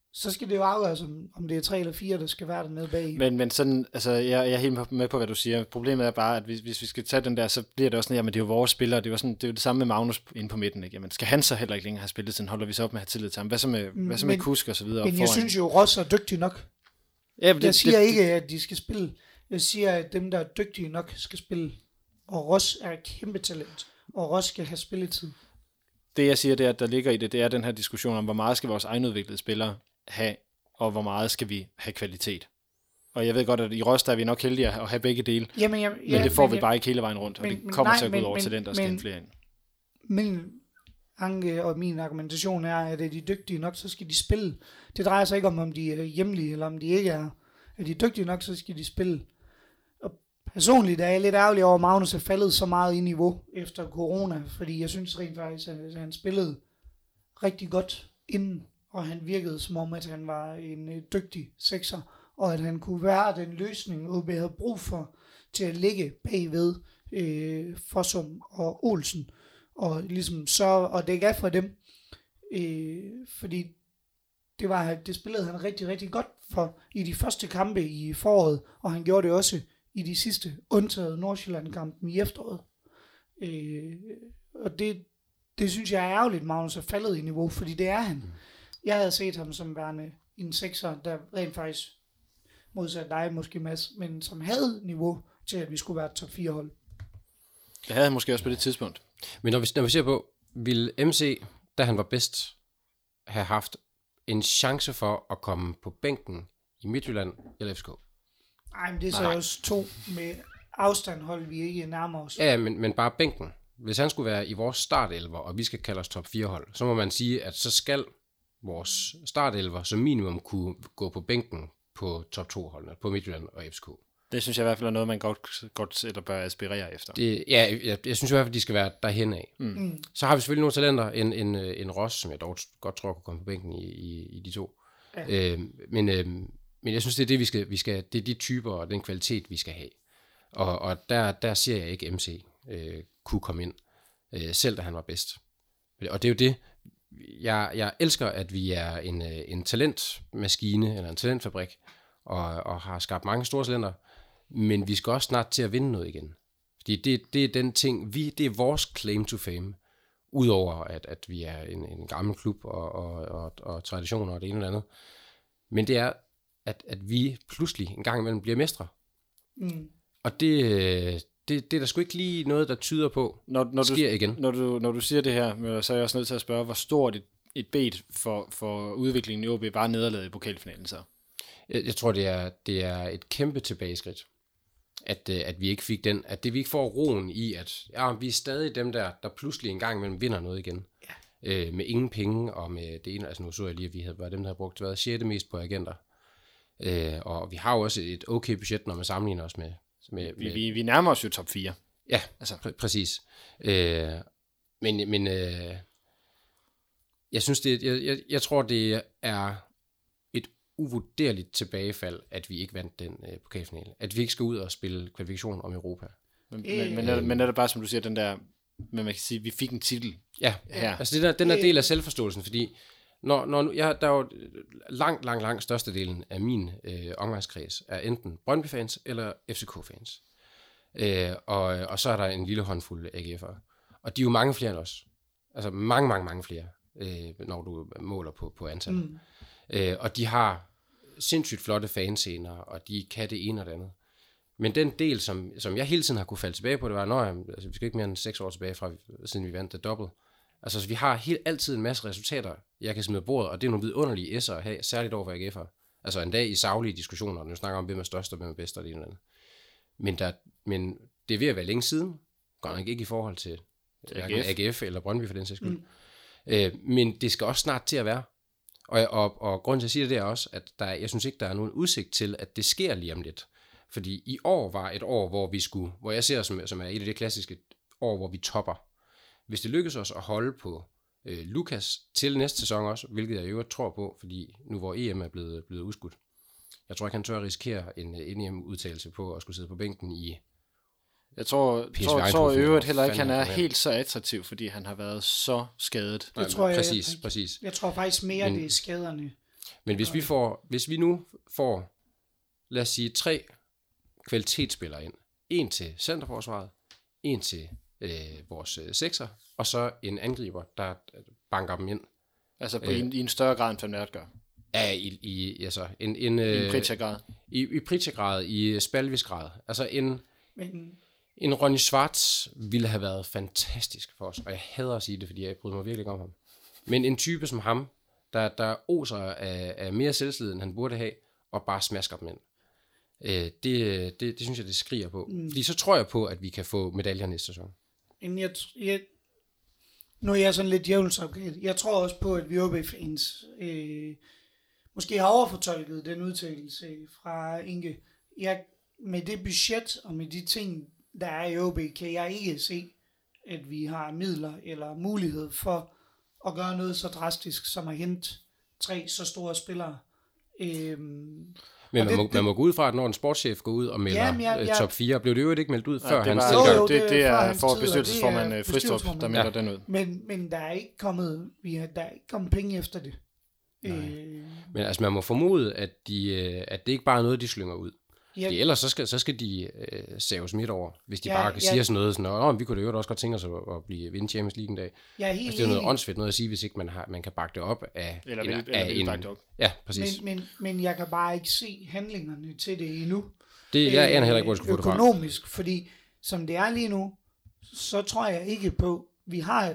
så skal det jo afgøres, om, om det er tre eller fire, der skal være dernede bag. Men, men sådan, altså, jeg, jeg er helt med på, hvad du siger. Problemet er bare, at hvis, hvis vi skal tage den der, så bliver det også sådan, jamen det er jo vores spillere, det er jo, sådan, det, er jo det samme med Magnus inde på midten, ikke? Jamen skal han så heller ikke længere have spillet, så holder vi så op med at have tillid til ham. Hvad så med, hvad så med Men- Kusk og så videre? Men foran? jeg synes jo, Ross er dygtig nok. ja, men Jeg siger ikke, at de skal spille. Jeg siger, at dem, der er dygtige nok, skal spille. Og Ross er et kæmpe talent. Og Ross skal have spilletid. Det jeg siger, det er, at der ligger i det, det er den her diskussion om, hvor meget skal vores egenudviklede spillere have, og hvor meget skal vi have kvalitet. Og jeg ved godt, at i Ross, der er vi nok heldige at have begge dele, Jamen, jeg, men det får vi bare ikke hele vejen rundt, og men- det men- kommer nej, til at gå ud men- over men- talenter og skal men- hente flere ind. Min anke og min argumentation er, at er de dygtige nok, så skal de spille. Det drejer sig ikke om, om de er hjemlige, eller om de ikke er. Er de dygtige nok, så skal de spille. Og personligt er jeg lidt ærgerlig over, at Magnus er faldet så meget i niveau efter corona, fordi jeg synes rent faktisk, at han spillede rigtig godt inden, og han virkede som om, at han var en øh, dygtig sekser, og at han kunne være den løsning, O B havde brug for, til at ligge bagved øh, Fossum og Olsen, og ligesom sørge og dække af for dem, øh, fordi det, var, det spillede han rigtig, rigtig godt for i de første kampe i foråret, og han gjorde det også i de sidste undtaget Nordsjælland-kampen i efteråret. Øh, og det, det synes jeg er ærgerligt, Magnus er faldet i niveau, fordi det er han. Jeg havde set ham som værende en sekser, der rent faktisk modsat dig måske, Mads, men som havde niveau til, at vi skulle være et top fire hold. Det havde han måske også på det tidspunkt. Men når vi, når vi ser på, vil M C, da han var bedst, have haft en chance for at komme på bænken i Midtjylland eller F C K? Nej, men det er så Nej. også to med afstand hold, vi ikke nærmer os. Ja, men, men bare bænken. Hvis han skulle være i vores startelver, og vi skal kalde os top fire hold, så må man sige, at så skal vores startelver som minimum kunne gå på bænken på top to holdene, på Midtjylland og F C K. Det synes jeg i hvert fald er noget, man godt, godt eller bør aspirere efter. Det, ja, jeg, jeg synes i hvert fald, de skal være derhen af. Mm. Så har vi selvfølgelig nogle talenter, en, en, en Ross, som jeg dog godt tror kunne komme på bænken i, i, i de to. Ja. Øh, men, øh, men jeg synes, det er det, vi skal, vi skal, det er de typer og den kvalitet, vi skal have. Og, og der, der ser jeg ikke M C øh, kunne komme ind, øh, selv da han var bedst. Og det er jo det, jeg, jeg elsker, at vi er en, en talentmaskine, eller en talentfabrik, og, og har skabt mange store talenter, men vi skal også snart til at vinde noget igen. Fordi det, det er den ting, vi, det er vores claim to fame, udover at, at vi er en, en gammel klub og, og, og, og traditioner og det ene eller andet. Men det er, at, at vi pludselig en gang imellem bliver mestre. Mm. Og det, det, det er der sgu ikke lige noget, der tyder på, Når, når, sker du, igen. når, du, når du siger det her, Møller, så er jeg også nødt til at spørge, hvor stort et, et bed for, for udviklingen i O B var nederlaget i pokalfinalen så? Jeg, jeg tror, det er, det er et kæmpe tilbageskridt, at, at vi ikke fik den, at det vi ikke får roen i, at ja, vi er stadig dem der, der pludselig en gang imellem vinder noget igen. Ja. Øh, med ingen penge, og med det ene, altså nu så jeg lige, at vi havde været dem, der havde brugt været sjette mest på agenter. Øh, og vi har jo også et okay budget, når man sammenligner os med... med, Vi, med vi, vi nærmer os jo top fire. ja, Altså. præ- præcis. Øh, men men øh, jeg synes, det, jeg, jeg, jeg tror, det er et uvurderligt tilbagefald, at vi ikke vandt den øh, pokalfinale. At vi ikke skal ud og spille kvalifikation om Europa. Men, Øh. men, men, er, men er det bare, som du siger, den der, men man kan sige, vi fik en titel Ja, her. altså det der, den der del af selvforståelsen, fordi når, når nu, jeg, der er jo langt, langt, langt størstedelen af min øh, omgangskreds er enten Brøndby-fans eller F C K-fans. Øh, og, og så er der en lille håndfuld A G F'ere. Og de er jo mange flere end os. Altså mange, mange, mange flere, øh, når du måler på, på antal. Mm. Øh, og de har sindssygt flotte fanscener, og de kan det ene og det andet. Men den del, som, som jeg hele tiden har kunne falde tilbage på, det var, når altså, vi skal ikke mere end seks år tilbage fra, siden vi vandt det dobbelt. Altså, vi har helt altid en masse resultater, jeg kan smide på bordet, og det er nogle vidunderlige S'er at have, særligt over for A G F'er. Altså en dag i saglige diskussioner, nu snakker om, hvem er størst og hvem er bedst og det ene eller andet. Men, der, men det er ved at være længe siden, godt nok ikke i forhold til A G F eller Brøndby for den sags skyld. Mm. Øh, men det skal også snart til at være. Og, og, og grunden til at sige det, det er også, at der, jeg synes ikke, der er nogen udsigt til, at det sker lige om lidt. Fordi i år var et år, hvor vi skulle, hvor jeg ser som, som er et af de klassiske år, hvor vi topper. Hvis det lykkes os at holde på øh, Lukas til næste sæson også, hvilket jeg i øvrigt tror på, fordi nu hvor E M er blevet, blevet udskudt. Jeg tror ikke, han tør at risikere en, en E M-udtalelse på at skulle sidde på bænken i... Jeg tror, P S V tror, tror Eindhoven, i øvrigt hvor heller ikke, han fanden er han er. helt så attraktiv, fordi han har været så skadet. Det tror jeg, præcis, jeg, præcis. jeg tror faktisk mere, Men- det er skaderne. Men hvis vi, får, hvis vi nu får, lad os sige, tre kvalitetsspillere ind. En til centerforsvaret, en til øh, vores øh, sekser, og så en angriber, der banker dem ind. Altså på øh, en, i en større grad, end Van Aert gør. Ja, i, i altså en... en I en Pritchard-grad. I, i Pritchard-grad, i Spalvis-grad. Altså en... Men... En Ronny Schwarz ville have været fantastisk for os, og jeg hader at sige det, fordi jeg bryder mig virkelig ikke om ham. Men en type som ham, der, der oser af, af mere selvslid, end han burde have, og bare smasker dem ind. Øh, det, det, det synes jeg, det skriger på. Mm. Fordi så tror jeg på, at vi kan få medaljer næste sæson. Men jeg, jeg, nu er jeg sådan lidt djævelsadvokat. Jeg tror også på, at vi O B-fans øh, måske har overfortolket den udtalelse fra Inge. Jeg, med det budget og med de ting, der er i O B, kan jeg ikke se, at vi har midler eller mulighed for at gøre noget så drastisk, som at hente tre så store spillere. Øhm, Men man, det, må, det, man må gå ud fra, at når en sportschef går ud og melder jamen, jeg, jeg, top fire, blev det jo ikke meldt ud ja, før hans tilgang? tilgang. Jo, jo, det, det, det er for bestyrelsesformand Fristrup, der melder ja. den ud. Men, men der er ikke kommet, vi har, der er ikke kommet penge efter det. Øh, men altså man må formode, at, de, at det ikke bare er noget, de slynger ud. Ja. Fordi ellers så skal, så skal de øh, saves midt over, hvis de ja, bare kan ja. sige sådan noget, sådan, Nå, vi kunne da jo også godt tænke os at, at blive vinde Champions League en dag. Jeg er helt altså, det er noget åndssvagt noget at sige, hvis ikke man, har, man kan bakke det op af eller en... Vil, eller af vil en op. Ja, præcis. Men, men, men jeg kan bare ikke se handlingerne til det endnu. Det, jeg aner heller ikke, hvor jeg skulle få det fra. Økonomisk, fordi som det er lige nu, så tror jeg ikke på, vi har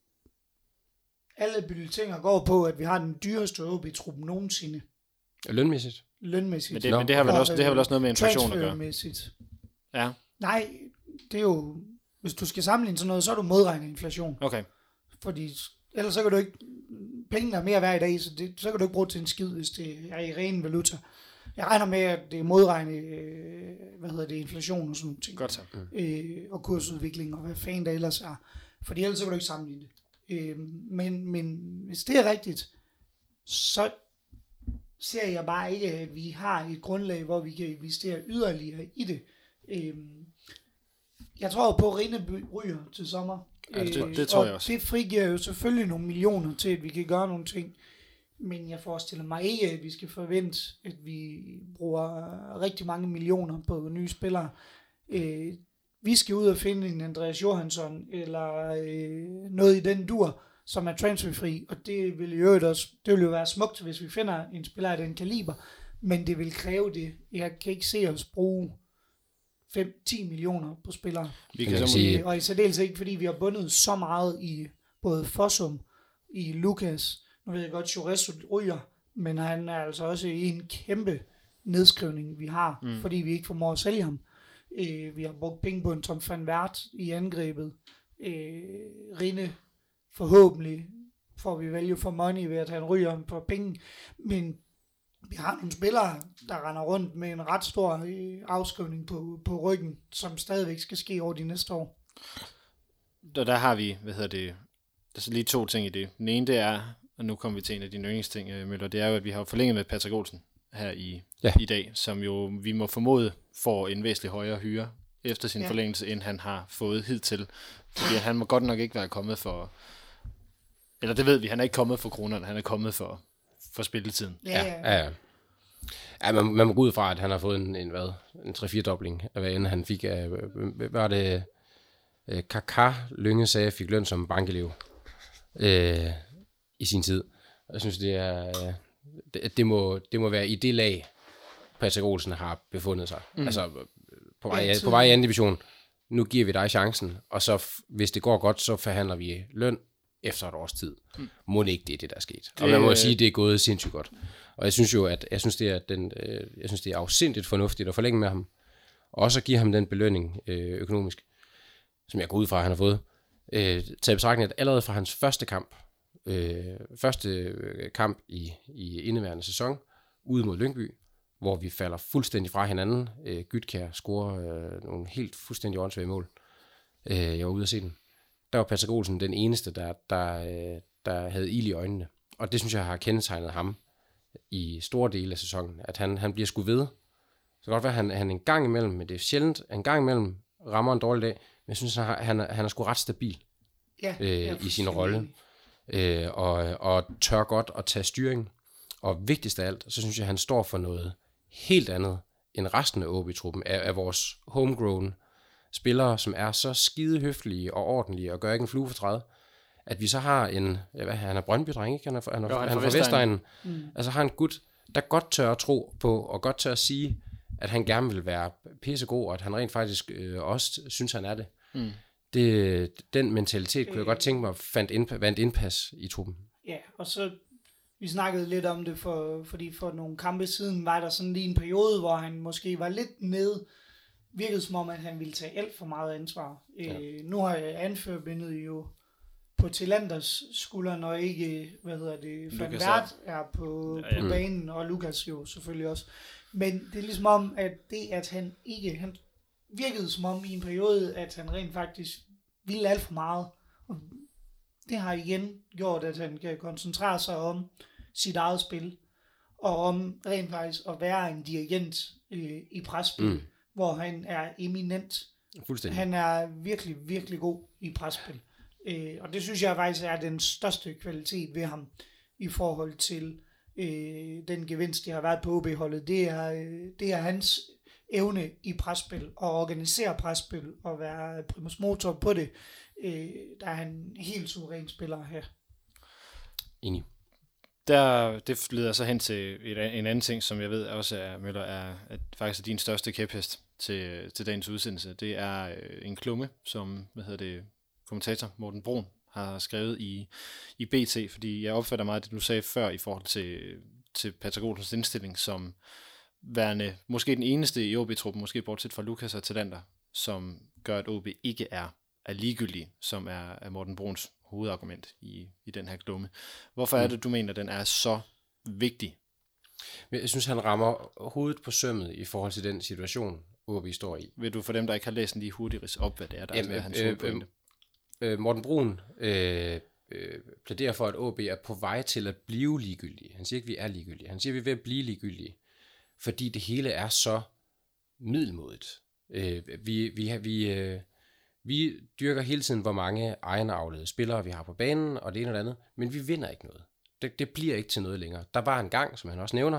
alle bulletiner går på, at vi har den dyreste O B-trup nogensinde. Lønmæssigt? Lønmæssigt. Men det, men det, har vel også, det har vel også noget med inflation at gøre. Transfermæssigt. Ja. Nej, det er jo, hvis du skal sammenligne sådan noget, så er du modregnet inflation. Okay. Fordi ellers så kan du ikke, pengene er mere værd i dag, så, det, så kan du ikke bruge til en skid, hvis det er i ren valuta. Jeg regner med, at det er modregnet, øh, hvad hedder det, inflation og sådan nogle ting. Godt så. Mm. Øh, og kursudvikling og hvad fanden der ellers er. Fordi ellers så kan du ikke sammenligne det. Øh, men, men hvis det er rigtigt, så ser jeg bare ikke, at vi har et grundlag, hvor vi kan investere yderligere i det. Øh, jeg tror på, at Rindeby ryger til sommer. Ja, det, det tror og jeg også. Det frigiver jo selvfølgelig nogle millioner til, at vi kan gøre nogle ting. Men jeg forestiller mig ikke, at vi skal forvente, at vi bruger rigtig mange millioner på nye spillere. Øh, vi skal ud og finde en Andreas Johansson, eller øh, noget i den dur, som er transferfri. Og det vil jo også, det vil jo være smukt, hvis vi finder en spiller af den kaliber. Men det vil kræve det. Jeg kan ikke se os bruge fem til ti millioner på spillere. Vi kan kan sige, og i særdeleshed ikke, fordi vi har bundet så meget i både Fossum, i Lukas. Nu ved jeg godt, Chores ryger, men han er altså også i en kæmpe nedskrivning, vi har, mm. fordi vi ikke formår at sælge ham. Øh, vi har brugt penge på en Tom van Wert i angrebet. Øh, Rinde, forhåbentlig får vi value for money ved, at han ryger på penge. Men vi har nogle spillere, der render rundt med en ret stor øh, afskrivning på, på ryggen, som stadigvæk skal ske over de næste år. Der, der har vi, hvad hedder det, der er så lige to ting i det. Den ene, det er, og nu kommer vi til en af dine yndlingsting, Møller, det er jo, at vi har forlænget med Patrick Olsen her i, ja. i dag, som jo vi må formode får en væsentlig højere hyre efter sin ja. forlængelse, end han har fået hidtil. Fordi han må godt nok ikke være kommet for, eller det ved vi, han er ikke kommet for kronerne, han er kommet for, for spilletiden. Ja, ja. ja, ja. ja man, man må gå ud fra, at han har fået en, en hvad, en tre fire dobling af hvad end han fik af, var det Kaká, Lynge sagde, fik løn som bankelev øh, i sin tid. Jeg synes, det er det, det, må, det må være i det lag, Patrick Olsen har befundet sig. Mm. Altså på vej, ja, på vej i anden division. Nu giver vi dig chancen, og så hvis det går godt, så forhandler vi løn efter et års tid. Mm. Må det ikke det, det der er sket. Og man må jo sige, at det er gået sindssygt godt. Og jeg synes jo, at jeg synes, det er, den, øh, jeg synes, det er afsindigt fornuftigt at forlænge med ham. Og også at give ham den belønning øh, økonomisk, som jeg går ud fra, at han har fået. Øh, taget betragtning, at allerede fra hans første kamp, øh, første kamp i, i indeværende sæson, ude mod Lyngby, hvor vi falder fuldstændig fra hinanden. Øh, Gytkjær scorer øh, nogle helt fuldstændig åndssvage mål. Øh, jeg var ude at se den. Der var Patrick Olsen den eneste, der, der, øh, der havde ild i øjnene. Og det synes jeg har kendetegnet ham i store dele af sæsonen. At han, han bliver sgu ved. Så godt være, at han, han en gang imellem, men det er sjældent, en gang imellem rammer en dårlig dag. Men jeg synes, han, har, han, er, han er sgu ret stabil ja, øh, i sin rolle. Øh, og, og tør godt at tage styring. og vigtigst af alt, så synes jeg, at han står for noget helt andet end resten af O B-truppen, af, af vores homegrown spillere, som er så skide høflige og ordentlige, og gør ikke en flue for træde, at vi så har en, ja, hvad, han er Brøndby-dreng, ikke? Han er, han er, jo, han er fra Vestegnen. Mm. Altså har en gut, der godt tør at tro på, og godt tør at sige, at han gerne vil være pissegod, og at han rent faktisk øh, også synes, han er det. Mm. det. Den mentalitet kunne jeg godt tænke mig, fandt indpas, vandt indpas i truppen. Ja, og så, vi snakkede lidt om det, for, fordi for nogle kampe siden, var der sådan lige en periode, hvor han måske var lidt nede, virkede som om, at han ville tage alt for meget ansvar. Ja. Øh, nu har jeg anførbindet jo på Tillanders skulder, når ikke, hvad hedder det, Van Vært er på, ja, ja. på banen, og Lukas jo selvfølgelig også. Men det er ligesom om, at det, at han ikke, han virkede som om i en periode, at han rent faktisk ville alt for meget. Og det har igen gjort, at han kan koncentrere sig om sit eget spil, og om rent faktisk at være en dirigent øh, i presspil, mm. hvor han er eminent. Fuldstændig. Han er virkelig, virkelig god i presspil. Øh, og det synes jeg faktisk er den største kvalitet ved ham i forhold til øh, den gevinst, der har været på O B-holdet. Det er, øh, det er hans evne i presspil, og organisere presspil, og være primus motor på det. Øh, der er han helt suveræn spiller her. Enig. Der, det leder så hen til et, en anden ting, som jeg ved også er, Møller, er at faktisk er din største kæphest til, til dagens udsendelse. Det er øh, en klumme, som, hvad hedder det, kommentator Morten Brun har skrevet i, i B T, fordi jeg opfatter meget det, du sagde før i forhold til, til Patragolens indstilling, som værende måske den eneste i O B-truppen, måske bortset fra Lukas og Talander, som gør, at O B ikke er, er ligegyldig, som er, er Morten Bruns hovedargument i, i den her klumme. Hvorfor er det, du mener, den er så vigtig? Jeg synes, han rammer hovedet på sømmet i forhold til den situation, O B står i. Vil du for dem, der ikke har læst den lige hurtigt ridse op, hvad det er, der Jamen, er hans hovedpointe? Øh, øh, Morten Brun øh, øh, plæderer for, at O B er på vej til at blive ligegyldige. Han siger ikke, at vi er ligegyldige. Han siger, at vi er ved at blive ligegyldige, fordi det hele er så middelmådigt. Øh, vi, vi, vi, øh, vi dyrker hele tiden, hvor mange egenavlede spillere vi har på banen, og det ene og det andet, men vi vinder ikke noget. Det, det bliver ikke til noget længere. Der var en gang, som han også nævner,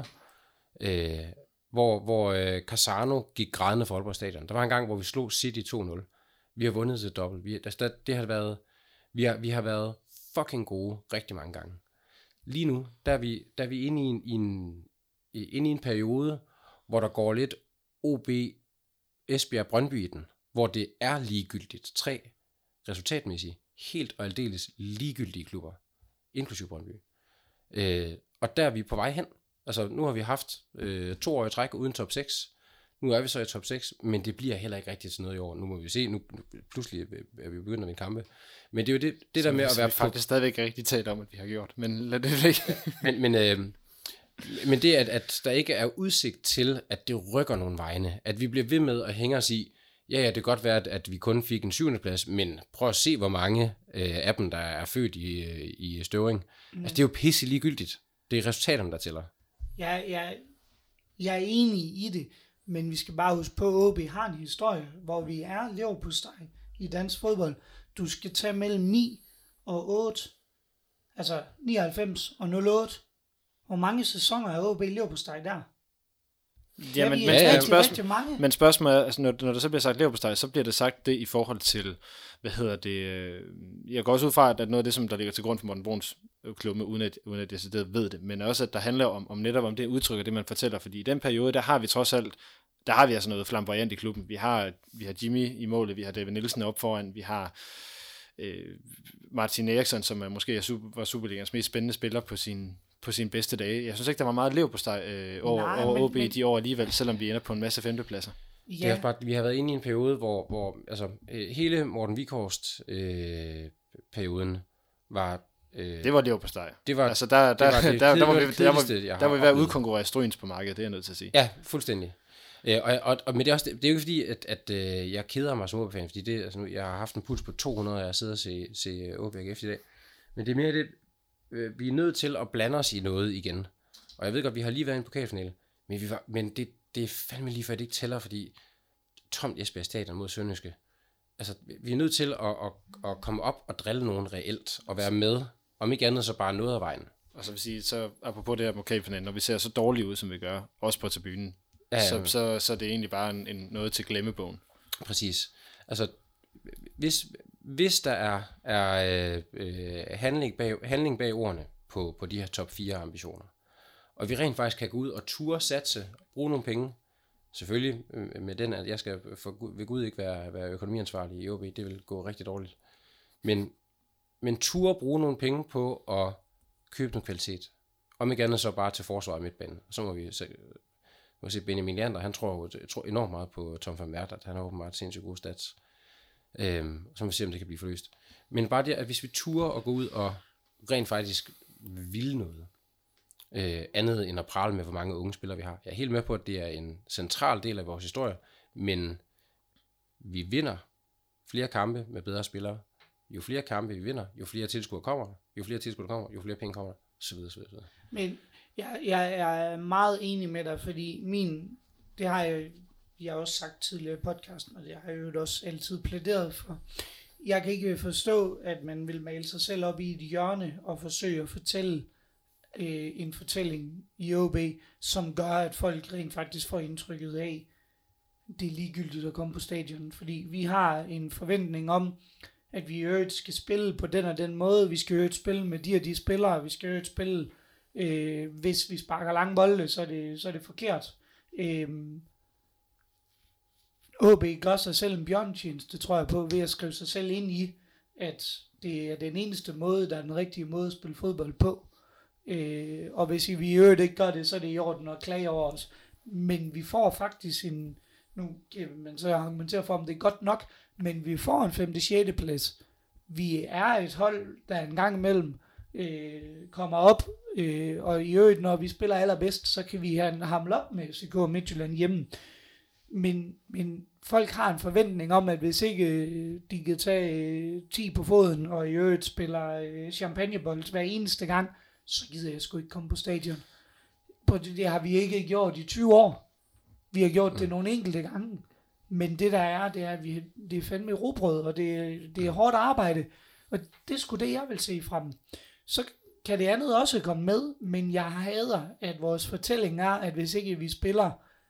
øh, hvor, hvor øh, Casano gik grædende for Aalborg Stadion. Der var en gang, hvor vi slog City to nul. Vi har vundet til dobbelt. Vi, der, det har været, vi, har, vi har været fucking gode rigtig mange gange. Lige nu, der er vi, der er vi inde i en, i en, inde i en periode, hvor der går lidt O B, Esbjerg, Brøndby i den, hvor det er ligegyldigt. Tre resultatmæssigt helt og aldeles ligegyldige klubber, inklusive Brøndby. Øh, og der er vi på vej hen. Altså, nu har vi haft øh, to år i træk uden top seks. Nu er vi så i top seks, men det bliver heller ikke rigtigt til noget i år. Nu må vi se, nu pludselig er vi begyndt at vinde kampe. Men det er jo det, det der med at være... Vi faktisk stadigvæk rigtig talt om, at vi har gjort, men lad det ikke. men, men, øh, men det, at, at der ikke er udsigt til, at det rykker nogle vegne, at vi bliver ved med at hænge os i, ja, ja, det kan godt være, at, at vi kun fik en syvende plads, men prøv at se, hvor mange øh, af dem, der er født i, i Støvring. Mm. Altså, det er jo pisse ligegyldigt. Det er resultaterne, der tæller. Ja, jeg, jeg er enig i det, men vi skal bare huske på, at O B har en historie, hvor vi er leverpostej i dansk fodbold. Du skal tage mellem ni og otte, altså nioghalvfems og nul otte. Hvor mange sæsoner er O B leverpostej der? Ja, men, men, rigtig, men, spørgsmål, rigtig mange. men spørgsmålet er, altså, når, når der så bliver sagt leverpostej, så bliver det sagt det i forhold til, hvad hedder det, jeg går også ud fra, at noget af det, som der ligger til grund for Morten Bruns klumme, uden at, uden at jeg så ved det, men også, at der handler om, om netop om det udtryk og det, man fortæller, fordi i den periode, der har vi trods alt, der har vi altså noget flamboyant i klubben. Vi har, vi har Jimmy i målet, vi har David Nielsen op foran, vi har øh, Martin Eriksson, som er måske er super, var Superligans mest spændende spiller på sin på sine bedste dage. Jeg synes ikke, der var meget leverpostej øh, over, Nej, over men, O B men... de år alligevel, selvom vi ender på en masse femtepladser. Ja. Det er bare, vi har været inde i en periode, hvor, hvor altså, øh, hele Morten Vikhorst øh, perioden var... Øh, det var leverpostej. Det var, altså, der, der, det var det der, der, var vi, der, var, der, der var vi ved at udkonkurrere Stryns på markedet, det er jeg nødt til at sige. Ja, fuldstændig. Øh, og, og, og, men det er, også, det er jo ikke fordi, at, at øh, jeg keder mig som O B-fan, fordi det, altså, nu, jeg har haft en puls på to hundrede, og jeg sidder og ser, ser O B A G F i dag. Men det er mere det, øh, vi er nødt til at blande os i noget igen. Og jeg ved godt, vi har lige været i en pokalfinale, men, vi var, men det, det er fandme lige for, at det ikke tæller, fordi tomt Esbjerg Stadion mod Sønderjyske. Altså, vi er nødt til at, at, at komme op og drille nogen reelt, og være med, om ikke andet så bare noget af vejen. Og så vil sige, så apropos det her pokalfinalen, når vi ser så dårligt ud, som vi gør, også på tribunen, Ja, ja. så, så, så er det egentlig bare en, en, noget til glemmebogen. Præcis. Altså, hvis, hvis der er, er øh, handling, bag, handling bag ordene på, på de her top fire ambitioner, og vi rent faktisk kan gå ud og ture, satse, bruge nogle penge, selvfølgelig med den, at jeg skal for, ved Gud ikke være, være økonomiansvarlig i O B, det vil gå rigtig dårligt, men, men ture bruge nogle penge på at købe noget kvalitet, om ikke andet så bare til forsvar af midtbanen. Så må vi se, må se Benjamin Leander, han tror, tror enormt meget på Tom van Mertert, han har åbenbart sindssygt gode stats. Øhm, så må vi se, om det kan blive forløst. Men bare det, at hvis vi turer og gå ud og rent faktisk vil noget, øh, andet end at prale med, hvor mange unge spillere vi har. Jeg er helt med på, at det er en central del af vores historie, men vi vinder flere kampe med bedre spillere. Jo flere kampe vi vinder, jo flere tilskuere kommer der, jo flere tilskuere kommer, jo flere penge kommer der, så videre, så videre, så videre. Men jeg, jeg, jeg er meget enig med dig, fordi min, det har jeg, jeg har også sagt tidligere i podcasten, og det har jeg jo også altid plæderet for. Jeg kan ikke forstå, at man vil male sig selv op i et hjørne og forsøge at fortælle øh, en fortælling i O B, som gør, at folk rent faktisk får indtrykket af, det er ligegyldigt at komme på stadion. Fordi vi har en forventning om, at vi i øvrigt skal spille på den og den måde, vi skal i øvrigt spille med de og de spillere, vi skal i øvrigt spille, øh, hvis vi sparker lange bolde, så er det, så er det forkert. Øh, O B gør sig selv en bjørntjeneste, tror jeg på, ved at skrive sig selv ind i, at det er den eneste måde, der er den rigtige måde at spille fodbold på. Øh, og hvis vi i øvrigt ikke gør det, så er det i orden at klage over os. Men vi får faktisk en, nu kan man så argumentere for, om det er godt nok, men vi får en femte sjette plads. Vi er et hold, der en gang imellem øh, kommer op, øh, og i øvrigt, når vi spiller allerbedst, så kan vi hamle op med F C K Midtjylland hjemme. Men, men folk har en forventning om, at hvis ikke de kan tage ti på foden, og i øvrigt spiller champagnebold hver eneste gang, så gider jeg sgu ikke komme på stadion. Det har vi ikke gjort i tyve år. Vi har gjort det nogle enkelte gange. Men det der er, det er, at vi, det er fandme rugbrød, og det, det er hårdt arbejde. Og det er sgu det, jeg vil se fra dem. Så kan det andet også komme med, men jeg hader, at vores fortælling er, at hvis ikke vi spiller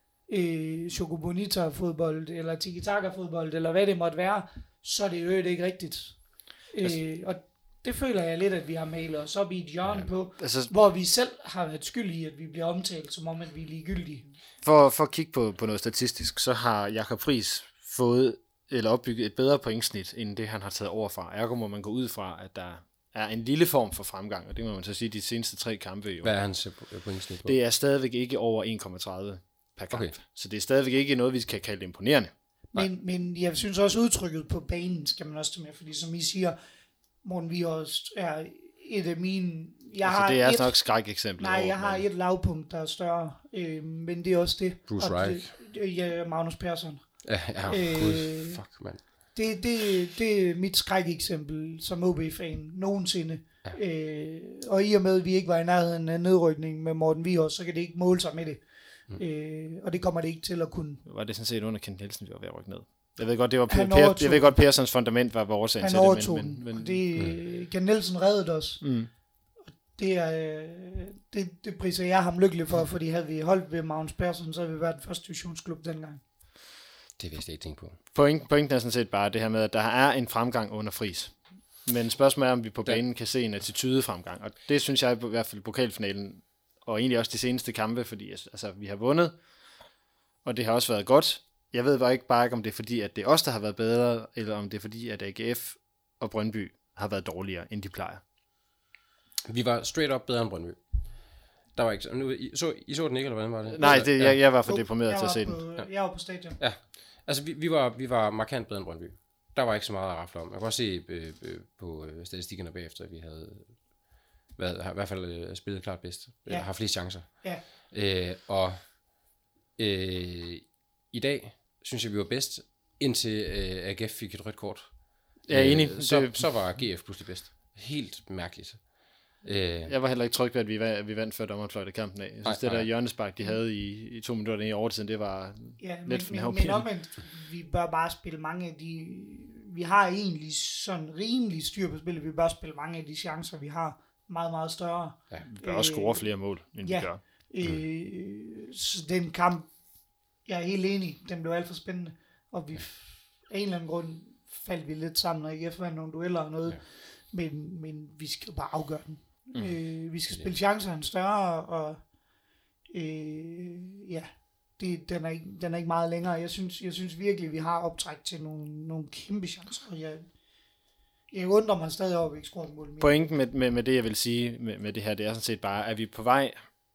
øh, Choco Bonita fodbold, eller tiki-taka fodbold, eller hvad det måtte være, så er det jo ikke rigtigt. Øh, og det føler jeg lidt, at vi har malet os op i et hjørne ja, på, altså, hvor vi selv har været skyld i, at vi bliver omtalt, som om, at vi er ligegyldige. For, for at kigge på, på noget statistisk, så har Jakob Friis fået, eller opbygget et bedre pointsnit, end det han har taget over fra. Ergo må man gå ud fra, at der er en lille form for fremgang, og det må man så sige, de seneste tre kampe jo. Hvad er hans pointsnit på? Det er stadigvæk ikke over en komma tredive per kamp. Okay. Så det er stadigvæk ikke noget, vi kan kalde imponerende. Men, men jeg synes også, udtrykket på banen skal man også tage med, fordi som I siger, Morten Vihorst er et af mine... Jeg altså, har det er et, nok skræk-eksempel. Nej, jeg har et lavpunkt, der er større, øh, men det er også det. Bruce Reich. Ja, Magnus Persson. Ja, ja øh, God, fuck, mand. Det, det, det er mit skræk-eksempel som O B-fan nogensinde. Ja. Øh, og i og med, at vi ikke var i nærheden af nedrykning med Morten Vihorst, så kan det ikke måle sig med det. Mm. Øh, og det kommer det ikke til at kunne. Var det sådan set under Kent Nielsen, vi var ved at rykke ned? Jeg ved godt, det var per, per, jeg ved godt, Perssons fundament var vores årsagen til det. Han overtog men, men, men, det, mm. Kent Nielsen reddede os. Mm. Det, er, det, det priser jeg ham lykkelig for, fordi havde vi holdt ved Magnus Persson, så havde vi været første divisionsklub dengang. Det vil jeg ikke tænke på. Point, pointen er sådan set bare det her med, at der er en fremgang under Friis. Men spørgsmålet er, om vi på banen ja. kan se en attitude fremgang. Og det synes jeg i hvert fald pokalfinalen, og egentlig også de seneste kampe, fordi altså, vi har vundet, og det har også været godt. Jeg ved bare ikke, bare ikke, om det er fordi, at det er os, der har været bedre, eller om det er fordi, at A G F og Brøndby har været dårligere, end de plejer. Vi var straight up bedre end Brøndby. Der var ikke nu, I, så, I så den ikke, eller hvordan var det? Nej, det, jeg, jeg var for deprimeret til at se den. Ja. Jeg var på stadion. Ja, altså vi, vi, var, vi var markant bedre end Brøndby. Der var ikke så meget at rafle om. Jeg kan også se øh, øh, på øh, statistikkerne bagefter, at vi havde været, har i hvert fald øh, spillet klart bedst. Ja. Har flest chancer. Ja. Øh, og øh, i dag synes jeg, vi var bedst, indtil øh, A G F fik et rødt kort. Jeg er enig. Øh, så, så var G F pludselig bedst. Helt mærkeligt. Øh, jeg var heller ikke tryg ved, at vi, at vi vandt, før dommeren fløjte kampen af. Jeg synes, nej, det der hjørnespark, de havde i, i to minutter i overtiden, det var ja, lidt for men, men omvendt, vi bør bare spille mange af de... Vi har egentlig sådan rimelig styr på spillet. Vi bør spille mange af de chancer, vi har meget, meget større. Ja. Vi bør også score flere mål, end ja, vi gør. Øh, så den kamp, jeg er helt enig, den blev alt for spændende, og vi af en eller anden grund faldt vi lidt sammen, og I F vandt nogle dueller og noget, ja. men, men vi skal jo bare afgøre den. Mm. Øh, vi skal spille chancerne større, og øh, ja, det, den, er ikke, den er ikke meget længere. Jeg synes, jeg synes virkelig, vi har optræk til nogle, nogle kæmpe chancer, og jeg, jeg undrer mig stadig over, at vi ikke scorer mål mere. Pointen med, med, med det, jeg vil sige med, med det her, det er sådan set bare, at vi er på vej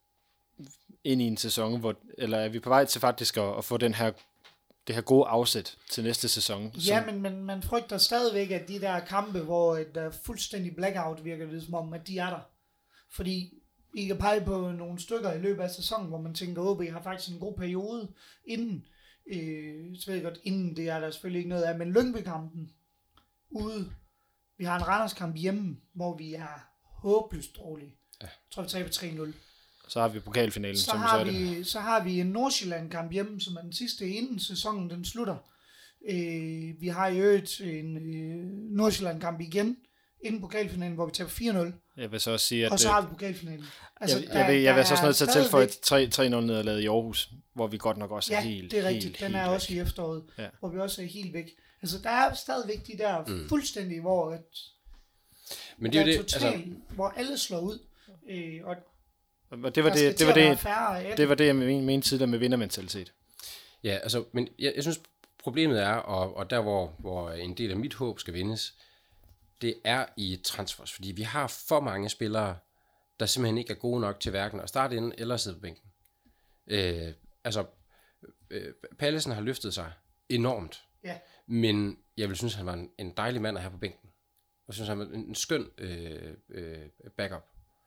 ind i en sæson, hvor, eller er vi på vej til faktisk at, at få den her, det her gode afsæt til næste sæson? Ja, som... men, men man frygter stadigvæk, at de der kampe, hvor et uh, fuldstændig blackout virker det som om, at de er der. Fordi I kan pege på nogle stykker i løbet af sæsonen, hvor man tænker, at O B har faktisk en god periode inden. Øh, så ved jeg godt, inden det er der selvfølgelig ikke noget af, men Lyngby-kampen ude. Vi har en Randers-kamp hjemme, hvor vi er håbløst dårlige. Ja. Jeg tror, vi taber tre nul. Så har vi pokalfinalen, så som har vi vi, det. Så har vi en Nordsjælland-kamp hjemme, som er den sidste inden sæsonen den slutter. Øh, vi har i øvrigt en øh, Nordsjælland-kamp igen, inden pokalfinalen, hvor vi taber fire nul. Jeg vil så også sige, at... Og så har vi pokalfinalen. Altså, jeg, jeg, jeg, jeg vil så også nødt til at tilføje et tre nul nederlaget i Aarhus, hvor vi godt nok også er ja, helt, det er rigtigt. Helt, den er helt også væk. i efteråret, ja. Hvor vi også er helt væk. Altså, der er stadigvæk de der mm. fuldstændig, hvor at, Men det er jo det, total, altså... hvor alle slår ud. Øh, og Og det var det, det, var det, det var det, jeg mente tidligere med vindermentalitet. Ja, altså, men jeg, jeg synes, problemet er, og, og der hvor, hvor en del af mit håb skal vindes, det er i transfers, fordi vi har for mange spillere, der simpelthen ikke er gode nok til hverken at starte inden eller sidde på bænken. Øh, altså, øh, Pallesen har løftet sig enormt, ja. Men jeg vil synes, han var en, en dejlig mand at have på bænken. Jeg synes, han var en, en skøn øh, øh, backup.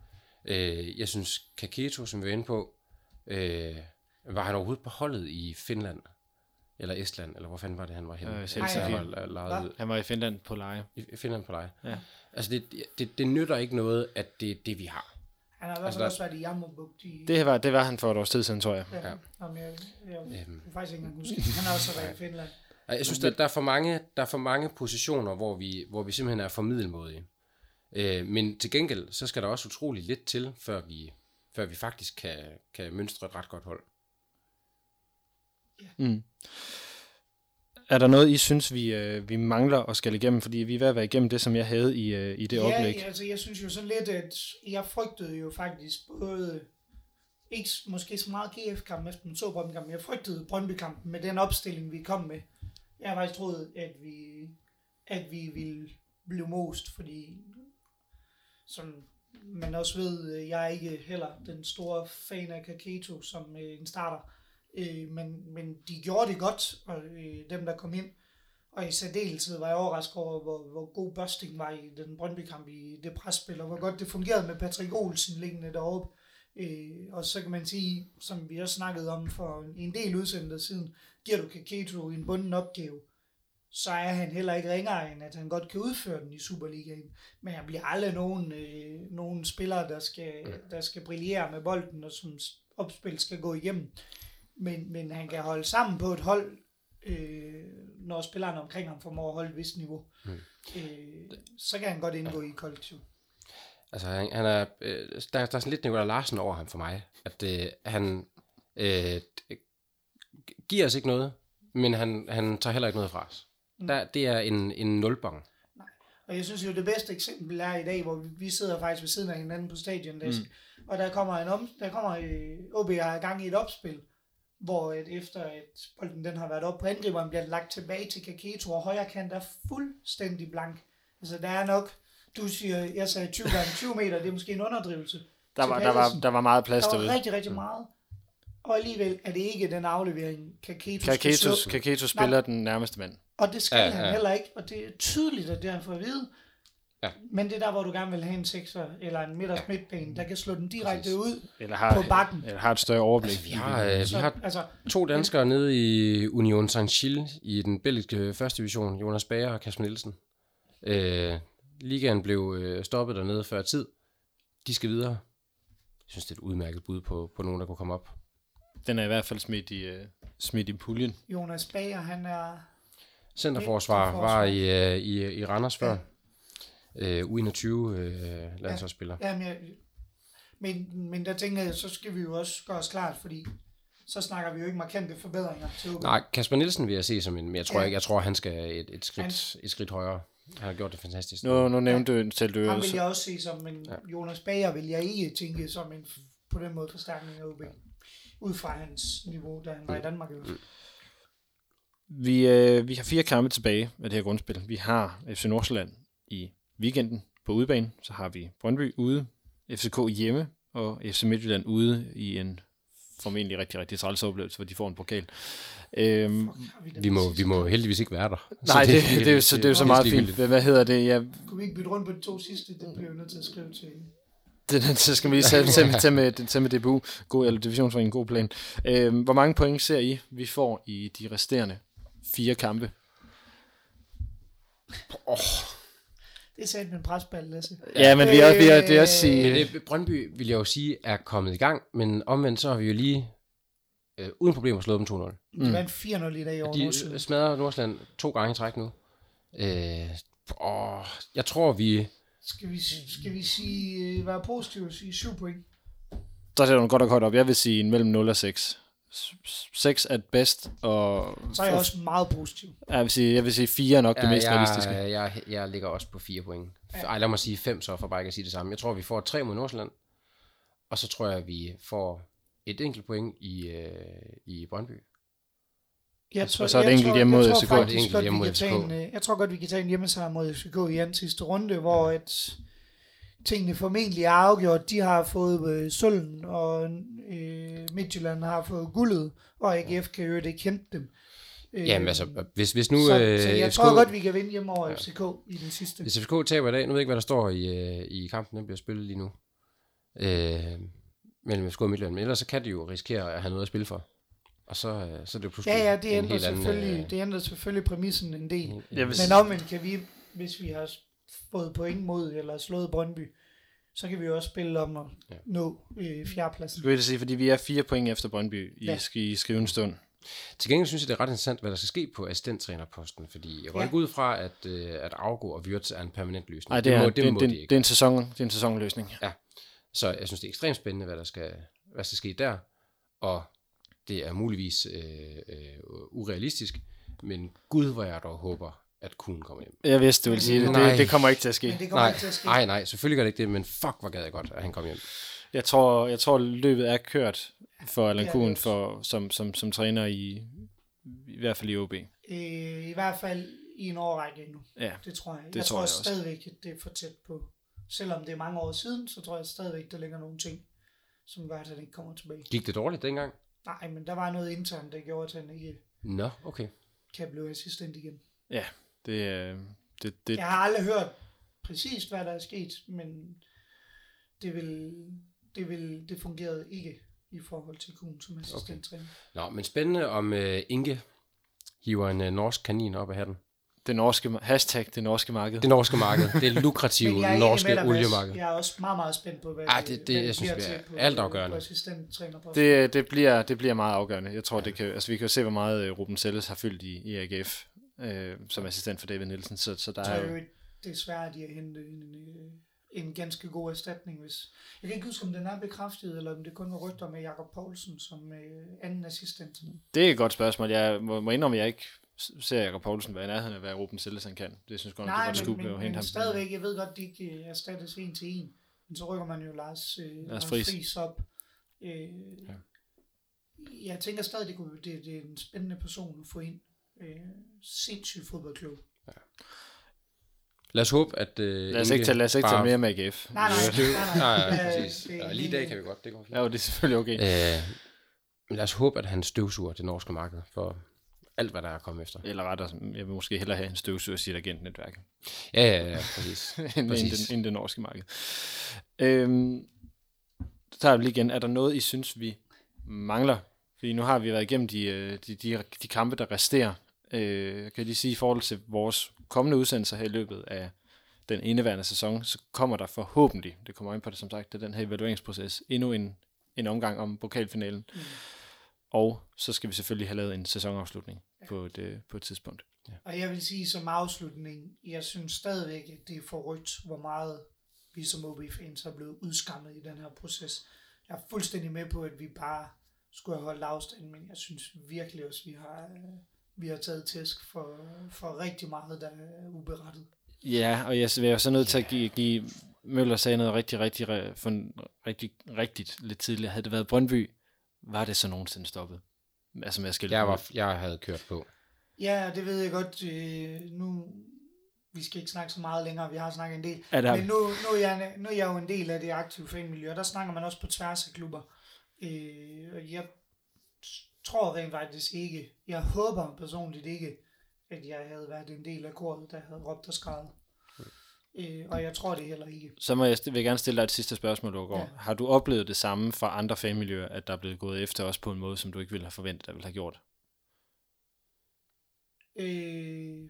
Øh, jeg synes, Kaketo, som vi var inde på, øh, var han overhovedet på holdet i Finland? Eller Estland, eller hvor fanden var det, han var henne? Øh, altså, han, var, lejet ud. Han var i Finland på leje. I Finland på leje. Ja. Altså, det, det, det nytter ikke noget, at det er det, vi har. Han har i hvert fald også været i Jammerbugt. I... Det, var, det var han for et års tid siden, tror jeg. Ja, ja. Jamen, jeg, jeg, jeg, jeg faktisk ikke huske. Han har også været i Finland. Jeg synes, at der er for mange, der er for mange positioner, hvor vi, hvor vi simpelthen er for middelmådige. Øh, men til gengæld, så skal der også utrolig lidt til, før vi, før vi faktisk kan, kan mønstre et ret godt hold. Ja. Mm. Er der noget, I synes, vi, øh, vi mangler og skal igennem? Fordi vi er ved at være igennem det, som jeg havde i, øh, i det ja, oplæg. Ja, altså jeg synes jo sådan lidt, at jeg frygtede jo faktisk både, ikke måske så meget G F-kampen efter man så Brøndby-kampen, jeg frygtede Brøndby-kampen med den opstilling, vi kom med. Jeg har faktisk troet, at vi, at vi ville blive most, fordi som man også ved, jeg er ikke heller den store fan af Kaketo som øh, en starter. Øh, men, men de gjorde det godt, og øh, dem der kom ind, og i særdeleshed var jeg overrasket over, hvor, hvor god Børsting var i den Brøndby-kamp i det presspil, og hvor godt det fungerede med Patrick Olsen liggende deroppe. Øh, og så kan man sige, som vi også snakkede om for en del udsendte siden, giver du Kaketo en bunden opgave, så er han heller ikke ringere, end at han godt kan udføre den i Superligaen. Men han bliver aldrig nogen, øh, nogen spiller, der skal, der skal brillere med bolden, og som opspil skal gå igennem. Men, men han kan holde sammen på et hold, øh, når spillerne omkring ham formår at holde et vist niveau. Mm. Øh, så kan han godt indgå i kollektiv. Altså, han, han er, øh, der, der er sådan lidt Nicolai Larsen over ham for mig. At øh, han øh, giver os ikke noget, men han, han tager heller ikke noget fra os. Mm. Der, det er en, en nulbong. Nej. Og jeg synes jo, det bedste eksempel er i dag, hvor vi sidder faktisk ved siden af hinanden på stadion. Mm. Og der kommer en om, der kommer øh, O B har gang i et opspil, hvor et, efter at bolden den har været op på angriberen, bliver lagt tilbage til Kaketo, og højre kant er fuldstændig blank. Altså der er nok, du siger, jeg sagde tyve gange tyve meter, det er måske en underdrivelse. Der var, der var, der var meget plads derude. Der var rigtig, rigtig meget. Og alligevel er det ikke den aflevering, Kaketo Kaketo, Kaketo spiller Nej. den nærmeste mand. Og det skal ja, han ja. heller ikke, og det er tydeligt, at det har fået at vide. Ja. Men det er der, hvor du gerne vil have en sekser, eller en midters ja. midtbane, der kan slå den direkte Præcis. ud eller har, på bakken. Eller har et større overblik. Altså, vi har, øh, Så, vi har altså, to danskere nede i Union Saint-Gilles i den belgiske første division, Jonas Bager og Kasper Nielsen. Øh, ligaen blev øh, stoppet dernede før tid. De skal videre. Jeg synes, det er et udmærket bud på, på nogen, der kunne komme op. Den er i hvert fald smidt i, uh, smidt i puljen. Jonas Bager, han er... Centerforsvar var i, uh, i, i Randers før. øh, U enogtyve øh, landsholdsspiller. Ja, men, jeg, men, men der tænker jeg, så skal vi jo også gøre os klart, fordi så snakker vi jo ikke markante forbedringer til O B. Nej, Kasper Nielsen vil jeg se som en, men jeg tror Ja. ikke, jeg tror, han skal et, et, skridt, et skridt højere. Han har gjort det fantastisk. Nu, nu nævnte du selv du Ham også. vil jeg også se som en, Ja. Jonas Bager vil jeg ikke tænke som en, på den måde forstærkning af O B. Ud fra hans niveau, da han var i Danmark. Mm. Vi, øh, vi har fire kampe tilbage af det her grundspil. Vi har F C Nordsjælland i weekenden på udebane. Så har vi Brøndby ude, F C K hjemme, og F C Midtjylland ude i en formentlig rigtig, rigtig træls oplevelse, hvor de får en pokal. Øhm, Vi må, vi må heldigvis ikke være der. nej, det, det, det, er jo så, det er jo så meget fint. ligegyldigt. Hvad hedder det? Ja, Kunne vi ikke bytte rundt på de to sidste? Det bliver vi nødt til at skrive til. det, så skal vi lige tage, tage, tage, med, tage med D B U, god, eller divisionsforening, god plan. Øhm, hvor mange point ser I, vi får i de resterende fire kampe? Oh. Det er sandt med en presball, Lasse. Ja, men vi er også, vi er, det er også sige... Men det, Brøndby, vil jeg jo sige, er kommet i gang, men omvendt så har vi jo lige øh, uden problemer slået dem to nul. Det vandt fire nul i dag over De Nordsjælland. smadrer Nordsjælland to gange i træk nu. Øh, åh, jeg tror, vi... Skal vi, skal vi sige, øh, være positive og sige syv point? Der ser du godt og godt op. Jeg vil sige mellem nul og seks. seks er bedst, og... Så er jeg også meget positiv. Jeg vil sige, jeg vil sige fire er nok det mest jeg, realistiske. Jeg, jeg, jeg ligger også på fire point. Ej, lad mig sige fem så, for bare ikke at sige det samme. Jeg tror, vi får tre mod Nordsjælland, og så tror jeg, vi får et enkelt point i, øh, i Brøndby. Jeg tror, Og så er det jeg enkelt tror- hjemme mod jeg F C K. tror Det er faktisk enkelt godt, hjemme vi mod kan F C tage K. en, øh, Jeg tror godt, vi kan tage en hjemmesejr mod F C K i anden sidste runde, hvor et, tingene formentlig er afgjort. De har fået øh, sølven, og øh, Midtjylland har fået guldet, og A G F kan jo ikke hente dem. Øh, Jamen altså, hvis, hvis nu... så, øh, så jeg F C K, tror godt, vi kan vinde hjemme over F C K i den sidste. Hvis F C K taber i dag, nu ved jeg ikke, hvad der står i, øh, i kampen, den bliver spillet lige nu, øh, mellem F C K og Midtjylland, men ellers så kan de jo risikere at have noget at spille for. Og så, øh, så er det jo pludselig Ja, ja, det en ændrer, helt anden... selvfølgelig, Øh, det ændrer selvfølgelig præmissen en del. Jeg vil Men omvendt kan vi, hvis vi har fået point mod eller slået Brøndby, så kan vi jo også spille om at Ja. nå øh, fjerdepladsen. Skal vi det sige, fordi vi er fire point efter Brøndby i, Ja. ja. i skrivende stund. Til gengæld synes jeg, det er ret interessant, hvad der skal ske på assistenttrænerposten, fordi jeg går Ja. ikke ud fra, at, øh, at Augo og Wirtz er en permanent løsning. Nej, det, er, må, det, det, må det, de det, ikke. er en sæson, det er en sæsonløsning. Så jeg synes, det er ekstremt spændende, hvad der skal, hvad der skal ske der, og det er muligvis øh, øh, urealistisk, men gud, hvor jeg dog håber, at Kuhn kommer hjem. Jeg vidste, du ville sige det. Nej. det. Det kommer ikke til at ske. Men det kommer Nej, ikke til at ske. nej, nej, selvfølgelig gør det ikke det, men fuck, hvor gad jeg godt, at han kom hjem. Jeg tror, jeg tror løbet er kørt for Allan Ja, Kuhn det er for, som, som, som træner i, i hvert fald i O B. Øh, I hvert fald i en årrække endnu. Ja, Det tror jeg. Det jeg tror tror jeg også. stadigvæk, at det er for tæt på. Selvom det er mange år siden, så tror jeg stadigvæk, der ligger nogle ting, som gør, at han ikke kommer tilbage. Gik det dårligt dengang? Nej, men der var noget internt, der gjorde, at han ikke Nå, okay. kan blive assistent igen. ja det, øh, det, det, Jeg har aldrig hørt præcis, hvad der er sket, men det, vil, det, vil, det fungerede ikke i forhold til Kuhn som assistenttræner. Nå, men spændende om øh, Inge hiver en øh, norsk kanin op af hatten. det norske, hashtag det norske marked. Det norske marked, det lukrative Men jeg er enig norske med dig, Mads. oliemarked. Jeg er også meget, meget spændt på, hvad Ah, det- det- hvad jeg synes, bliver vi er til på- altafgørende. på assistenttrænerposten. Det, det, bliver, det bliver meget afgørende. Jeg tror, det kan, altså, vi kan jo se, hvor meget øh, Ruben Selles har fyldt i, i A G F øh, som assistent for David Nielsen. Så, så der Så er er jo... jo desværre, at de har hentet en, øh, en ganske god erstatning. Hvis... Jeg kan ikke huske, om den er bekræftet, eller om det kun var rygter med Jakob Poulsen som øh, anden assistent. Det er et godt spørgsmål. Jeg må, må indrømme, at jeg ikke ser Jakob Poulsen være i nærheden af, hvad Ruben Selles han kan. Det synes jeg godt nok, det Nej, var et men, skub men, at men, hente men ham. stadigvæk, jeg ved godt, de ikke øh, erstattes en til en. Men så rykker man jo Lars, øh, Lars Friis. Friis op. Øh, ja. Jeg tænker stadig, det, kunne, det, det er en spændende person at få ind. Øh, sindssygt fodboldklub. Lad os håbe, at... Øh, Lad os Inge ikke tage, lad os ikke tage bare- mere med A G F. Nej, nej, nej, nej. Nej, Øh, præcis. det er Ja, lige i helt- dag kan vi godt, det går fint. Ja, jo, det er selvfølgelig okay. Øh, men lad os håbe, at han støvsuger det norske marked for alt, hvad der er kommet efter. Eller rettere, jeg vil måske hellere have en støvsuger sit agentnetværk, Ja, ja, ja, præcis. end, end, Præcis. den, end det norske marked. Øhm, så tager vi lige igen. Er der noget, I synes, vi mangler? Fordi nu har vi været igennem de, øh, de, de, de kampe, der resterer. Øh, kan jeg lige sige, i forhold til vores kommende udsendelser her i løbet af den indeværende sæson, så kommer der forhåbentlig, det kommer ind på det som sagt, det er den her evalueringsproces, endnu en, en omgang om pokalfinalen. Mm. Og så skal vi selvfølgelig have lavet en sæsonafslutning på et, øh, på et tidspunkt. Ja. Og jeg vil sige som afslutning, jeg synes stadigvæk, at det er forrygt, hvor meget vi som O B-fans er blevet udskammet i den her proces. Jeg er fuldstændig med på, at vi bare skulle have holdt afstand, men jeg synes virkelig også, at vi har, vi har taget tæsk for, for rigtig meget, der er uberettet. Ja, og jeg er jo så nødt til at give, give Møller sagde noget rigtig, rigtig, rigtig, rigtigt lidt tidligere. Havde det været Brøndby, var det så nogensinde stoppet? Altså med at skille jeg, var, jeg havde kørt på. Ja, det ved jeg godt. Nu, vi skal ikke snakke så meget længere, vi har snakket en del. Der... Men nu, nu, er jeg, nu er jeg jo en del af det aktive fanmiljø, og der snakker man også på tværs af klubber. Øh, jeg tror rent faktisk ikke, jeg håber personligt ikke, at jeg havde været en del af koret, der havde råbt og skrevet. Øh, og jeg tror det heller ikke. Så må jeg, vil jeg gerne stille dig et sidste spørgsmål, Ågaard. Ja. Har du oplevet det samme fra andre fanmiljøer, at der er blevet gået efter os på en måde, som du ikke ville have forventet, at ville have gjort? Øh,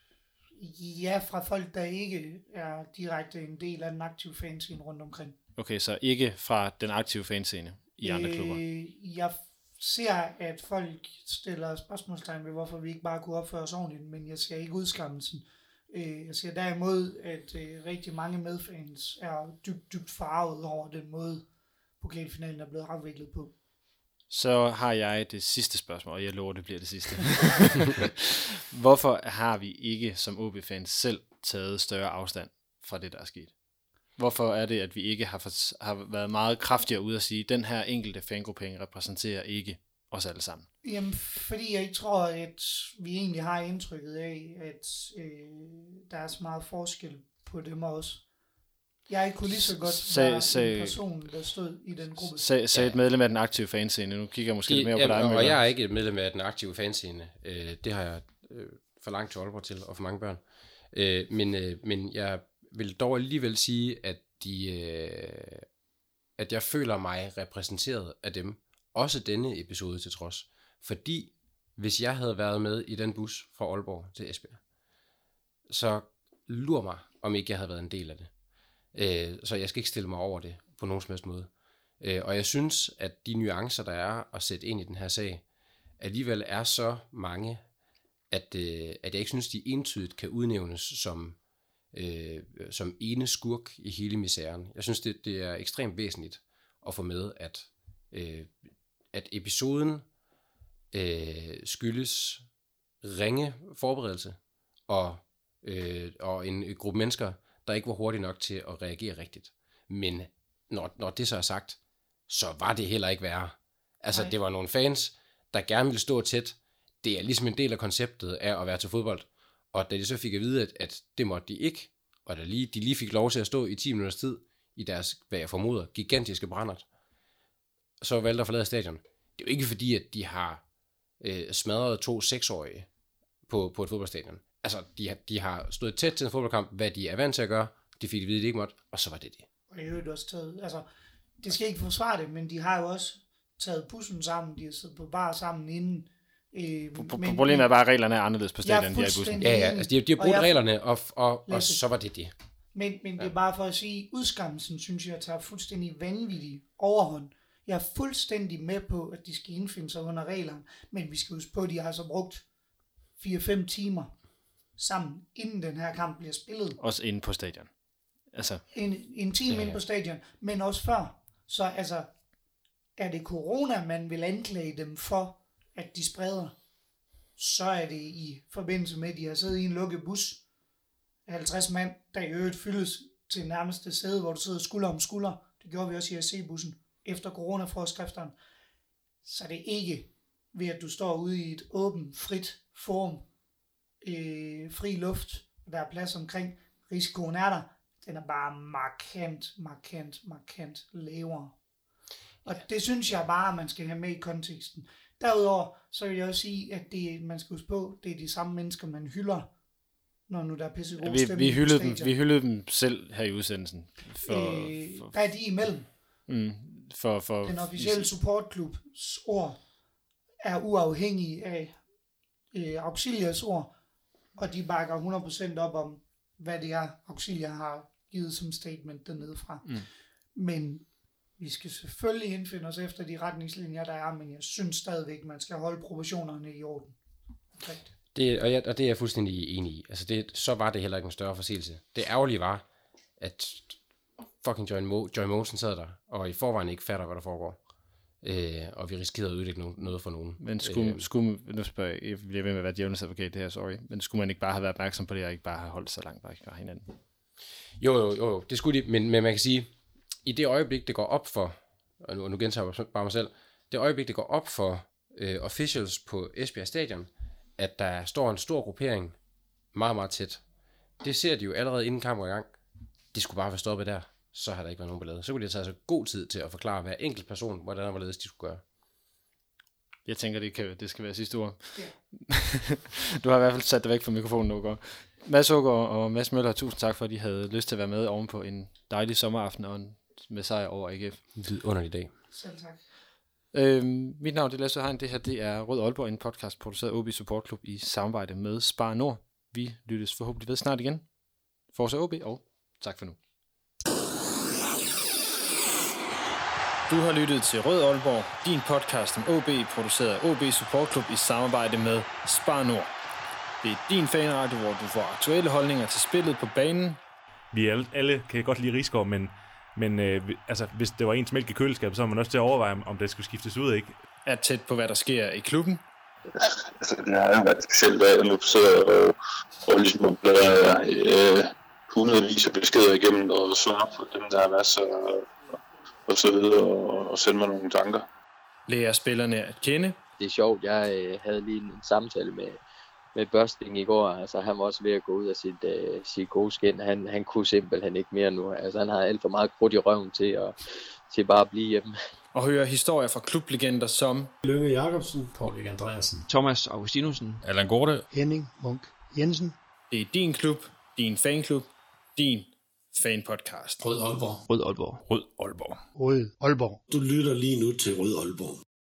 ja, fra folk, der ikke er direkte en del af den aktive fanscene rundt omkring. Okay, så ikke fra den aktive fanscene i andre øh, klubber? Jeg ser, at folk stiller spørgsmålstegn ved, hvorfor vi ikke bare kunne opføre os ordentligt, men jeg ser ikke udskammelsen. Jeg ser derimod, at rigtig mange medfans er dybt, dybt farvet over den måde, pokalfinalen er blevet afviklet på. Så har jeg det sidste spørgsmål, og jeg lover, det bliver det sidste. Hvorfor har vi ikke som O B-fans selv taget større afstand fra det, der er sket? Hvorfor er det, at vi ikke har, for, har været meget kraftigere ude at sige, at den her enkelte fangruppering repræsenterer ikke os alle sammen? Jamen, fordi jeg ikke tror, at vi egentlig har indtrykket af, at øh, der er så meget forskel på dem også. Jeg kunne lige så godt sag, være sag, en person, der stod i den gruppe. Sagde sag et medlem af den aktive fanscene. Nu kigger jeg måske I, lidt mere ja, på dig. Og Møller. Jeg er ikke et medlem af den aktive fanscene. Øh, det har jeg øh, for langt til Aalborg til, og for mange børn. Øh, men, øh, men jeg vil dog alligevel sige, at, de, øh, at jeg føler mig repræsenteret af dem. Også denne episode til trods. Fordi hvis jeg havde været med i den bus fra Aalborg til Esbjerg, så lur mig, om ikke jeg havde været en del af det. Øh, så jeg skal ikke stille mig over det på nogen som helst måde. Øh, og jeg synes, at de nuancer, der er at sætte ind i den her sag, alligevel er så mange, at, øh, at jeg ikke synes, de entydigt kan udnævnes som, øh, som ene skurk i hele misæren. Jeg synes, det, det er ekstremt væsentligt at få med, at, øh, at episoden øh, skyldes ringe forberedelse og, øh, og en, en gruppe mennesker, der ikke var hurtigt nok til at reagere rigtigt. Men når, når det så er sagt, så var det heller ikke værre. Altså, Nej. Det var nogle fans, der gerne ville stå tæt. Det er ligesom en del af konceptet af at være til fodbold. Og da de så fik at vide, at, at det måtte de ikke, og da lige, de lige fik lov til at stå i ti minutters tid i deres, hvad jeg formoder, gigantiske brændert, så valgte at forlade stadion. Det er jo ikke fordi, at de har øh, smadret to seksårige på, på et fodboldstadion. Altså, de har, de har stået tæt til en fodboldkamp, hvad de er vant til at gøre. De fik at vide, at de ikke måtte, og så var det det. Og jeg har også taget, altså, det skal ikke forsvare det, men de har jo også taget bussen sammen, de har siddet på bar sammen inden. Øh, men, Problemet er bare, at reglerne er anderledes på stadion, end de er i bussen. Ja, ja, altså, de, de har brugt reglerne, og, og, og så var det det. Men, men det er bare for at sige, udskammelsen, synes jeg, tager fuldstændig vanvittig overhånd. Jeg er fuldstændig med på, at de skal indfinde sig under reglerne, men vi skal huske på, at de har så brugt fire fem timer sammen, inden den her kamp bliver spillet. Også inde på stadion. Altså. En, en time ja, inde på stadion, men også før. Så altså, er det corona, man vil anklage dem for, at de spreder, så er det i forbindelse med, at de har siddet i en lukket bus, halvtreds mand, der i øvrigt fyldes til nærmeste sæde, hvor du sidder skulder om skulder. Det gjorde vi også i A C-bussen efter coronaforskrifterne. Så det er ikke ved, at du står ude i et åbent, frit forum, øh, fri luft, og der er plads omkring. Risikoen er der. Den er bare markant, markant, markant lavere. Og det synes jeg bare, man skal have med i konteksten. Derudover, så vil jeg også sige, at det, man skal huske på, det er de samme mennesker, man hylder, når nu der er pisse god stemning. Vi, vi, hyldede dem, vi hyldede dem selv her i udsendelsen. For, øh, for, der er de imellem. Mm, for, for, Den officielle supportklubs ord er uafhængig af øh, Auxilias ord, og de bakker hundrede procent op om, hvad det er, Auxilia har givet som statement dernede fra. Mm. Men vi skal selvfølgelig indfinde os efter de retningslinjer, der er, men jeg synes stadigvæk, man skal holde proportionerne i orden. Rigtigt. Det, og, jeg, og det er jeg fuldstændig enig i. Altså det, så var det heller ikke en større forseelse. Det ærgerlige var, at fucking Joy, Mo, Joy Mogensen sad der, og i forvejen ikke fatter, hvad der foregår. Øh, og vi risikerede at udlægge no- noget for nogen. Men skulle, øh, skulle nu spørger jeg, jeg bliver ved med at være djævelens advokat det her, sorry, men skulle man ikke bare have været opmærksom på det, og ikke bare have holdt så langt væk fra hinanden? Jo, jo, jo, det skulle de, men, men man kan sige, i det øjeblik, det går op for, og nu, og nu gentager jeg bare mig selv, det øjeblik, det går op for øh, officials på Esbjerg Stadion, at der står en stor gruppering meget, meget tæt. Det ser de jo allerede inden kampen er i gang. Det skulle bare være stoppet der, så har der ikke været nogen ballade. Så kunne de have taget så god tid til at forklare hver enkelt person, hvordan og hvorledes de skulle gøre. Jeg tænker, det, kan, det skal være sidste ord. Ja. Du har i hvert fald sat dig væk fra mikrofonen nu, går. Mads Ågaard og Mads Møller, tusind tak for, at de havde lyst til at være med oven på en dejlig sommeraften og en, med sejr over A G F. En vidunderlig dag. Selv tak. Øhm, mit navn er Lasse Hein. Det her det er Rød Aalborg, en podcast produceret af O B Support Club i samarbejde med Spar Nord. Vi lyttes forhåbentlig ved snart igen. Forza O B, og tak for nu. Du har lyttet til Rød Aalborg, din podcast om O B, produceret af O B Support Club i samarbejde med Spar Nord. Det er din fanradio, hvor du får aktuelle holdninger til spillet på banen. Vi alle, alle kan godt lide Risgaard, men, men øh, altså, hvis det var ens mælk i køleskabet, så var man også til at overveje, om det skulle skiftes ud, ikke? Er tæt på, hvad der sker i klubben. Altså, det har jo været specielt, at jeg nu sidder og, og ligesom bladrer øh, hundredvis af beskeder igennem og svarer på dem, der er masser og, og så videre, og, og sende mig nogle tanker. Lærer spillerne at kende. Det er sjovt, jeg øh, havde lige en samtale med, med Børsting i går. Altså, han var også ved at gå ud af sit, øh, sit gode skin. Han, han kunne simpelthen ikke mere nu. Altså, han har alt for meget krudt i røven til at, til bare at blive hjemme. Og høre historier fra klublegender som Lønge Jacobsen, Paul Andreasen, Thomas Augustinussen, Allan Gorte, Henning Munk Jensen. Det er din klub, din fanklub, din fanpodcast. Rød Aalborg. Rød Aalborg. Rød Aalborg. Rød Aalborg. Du lytter lige nu til Rød Aalborg.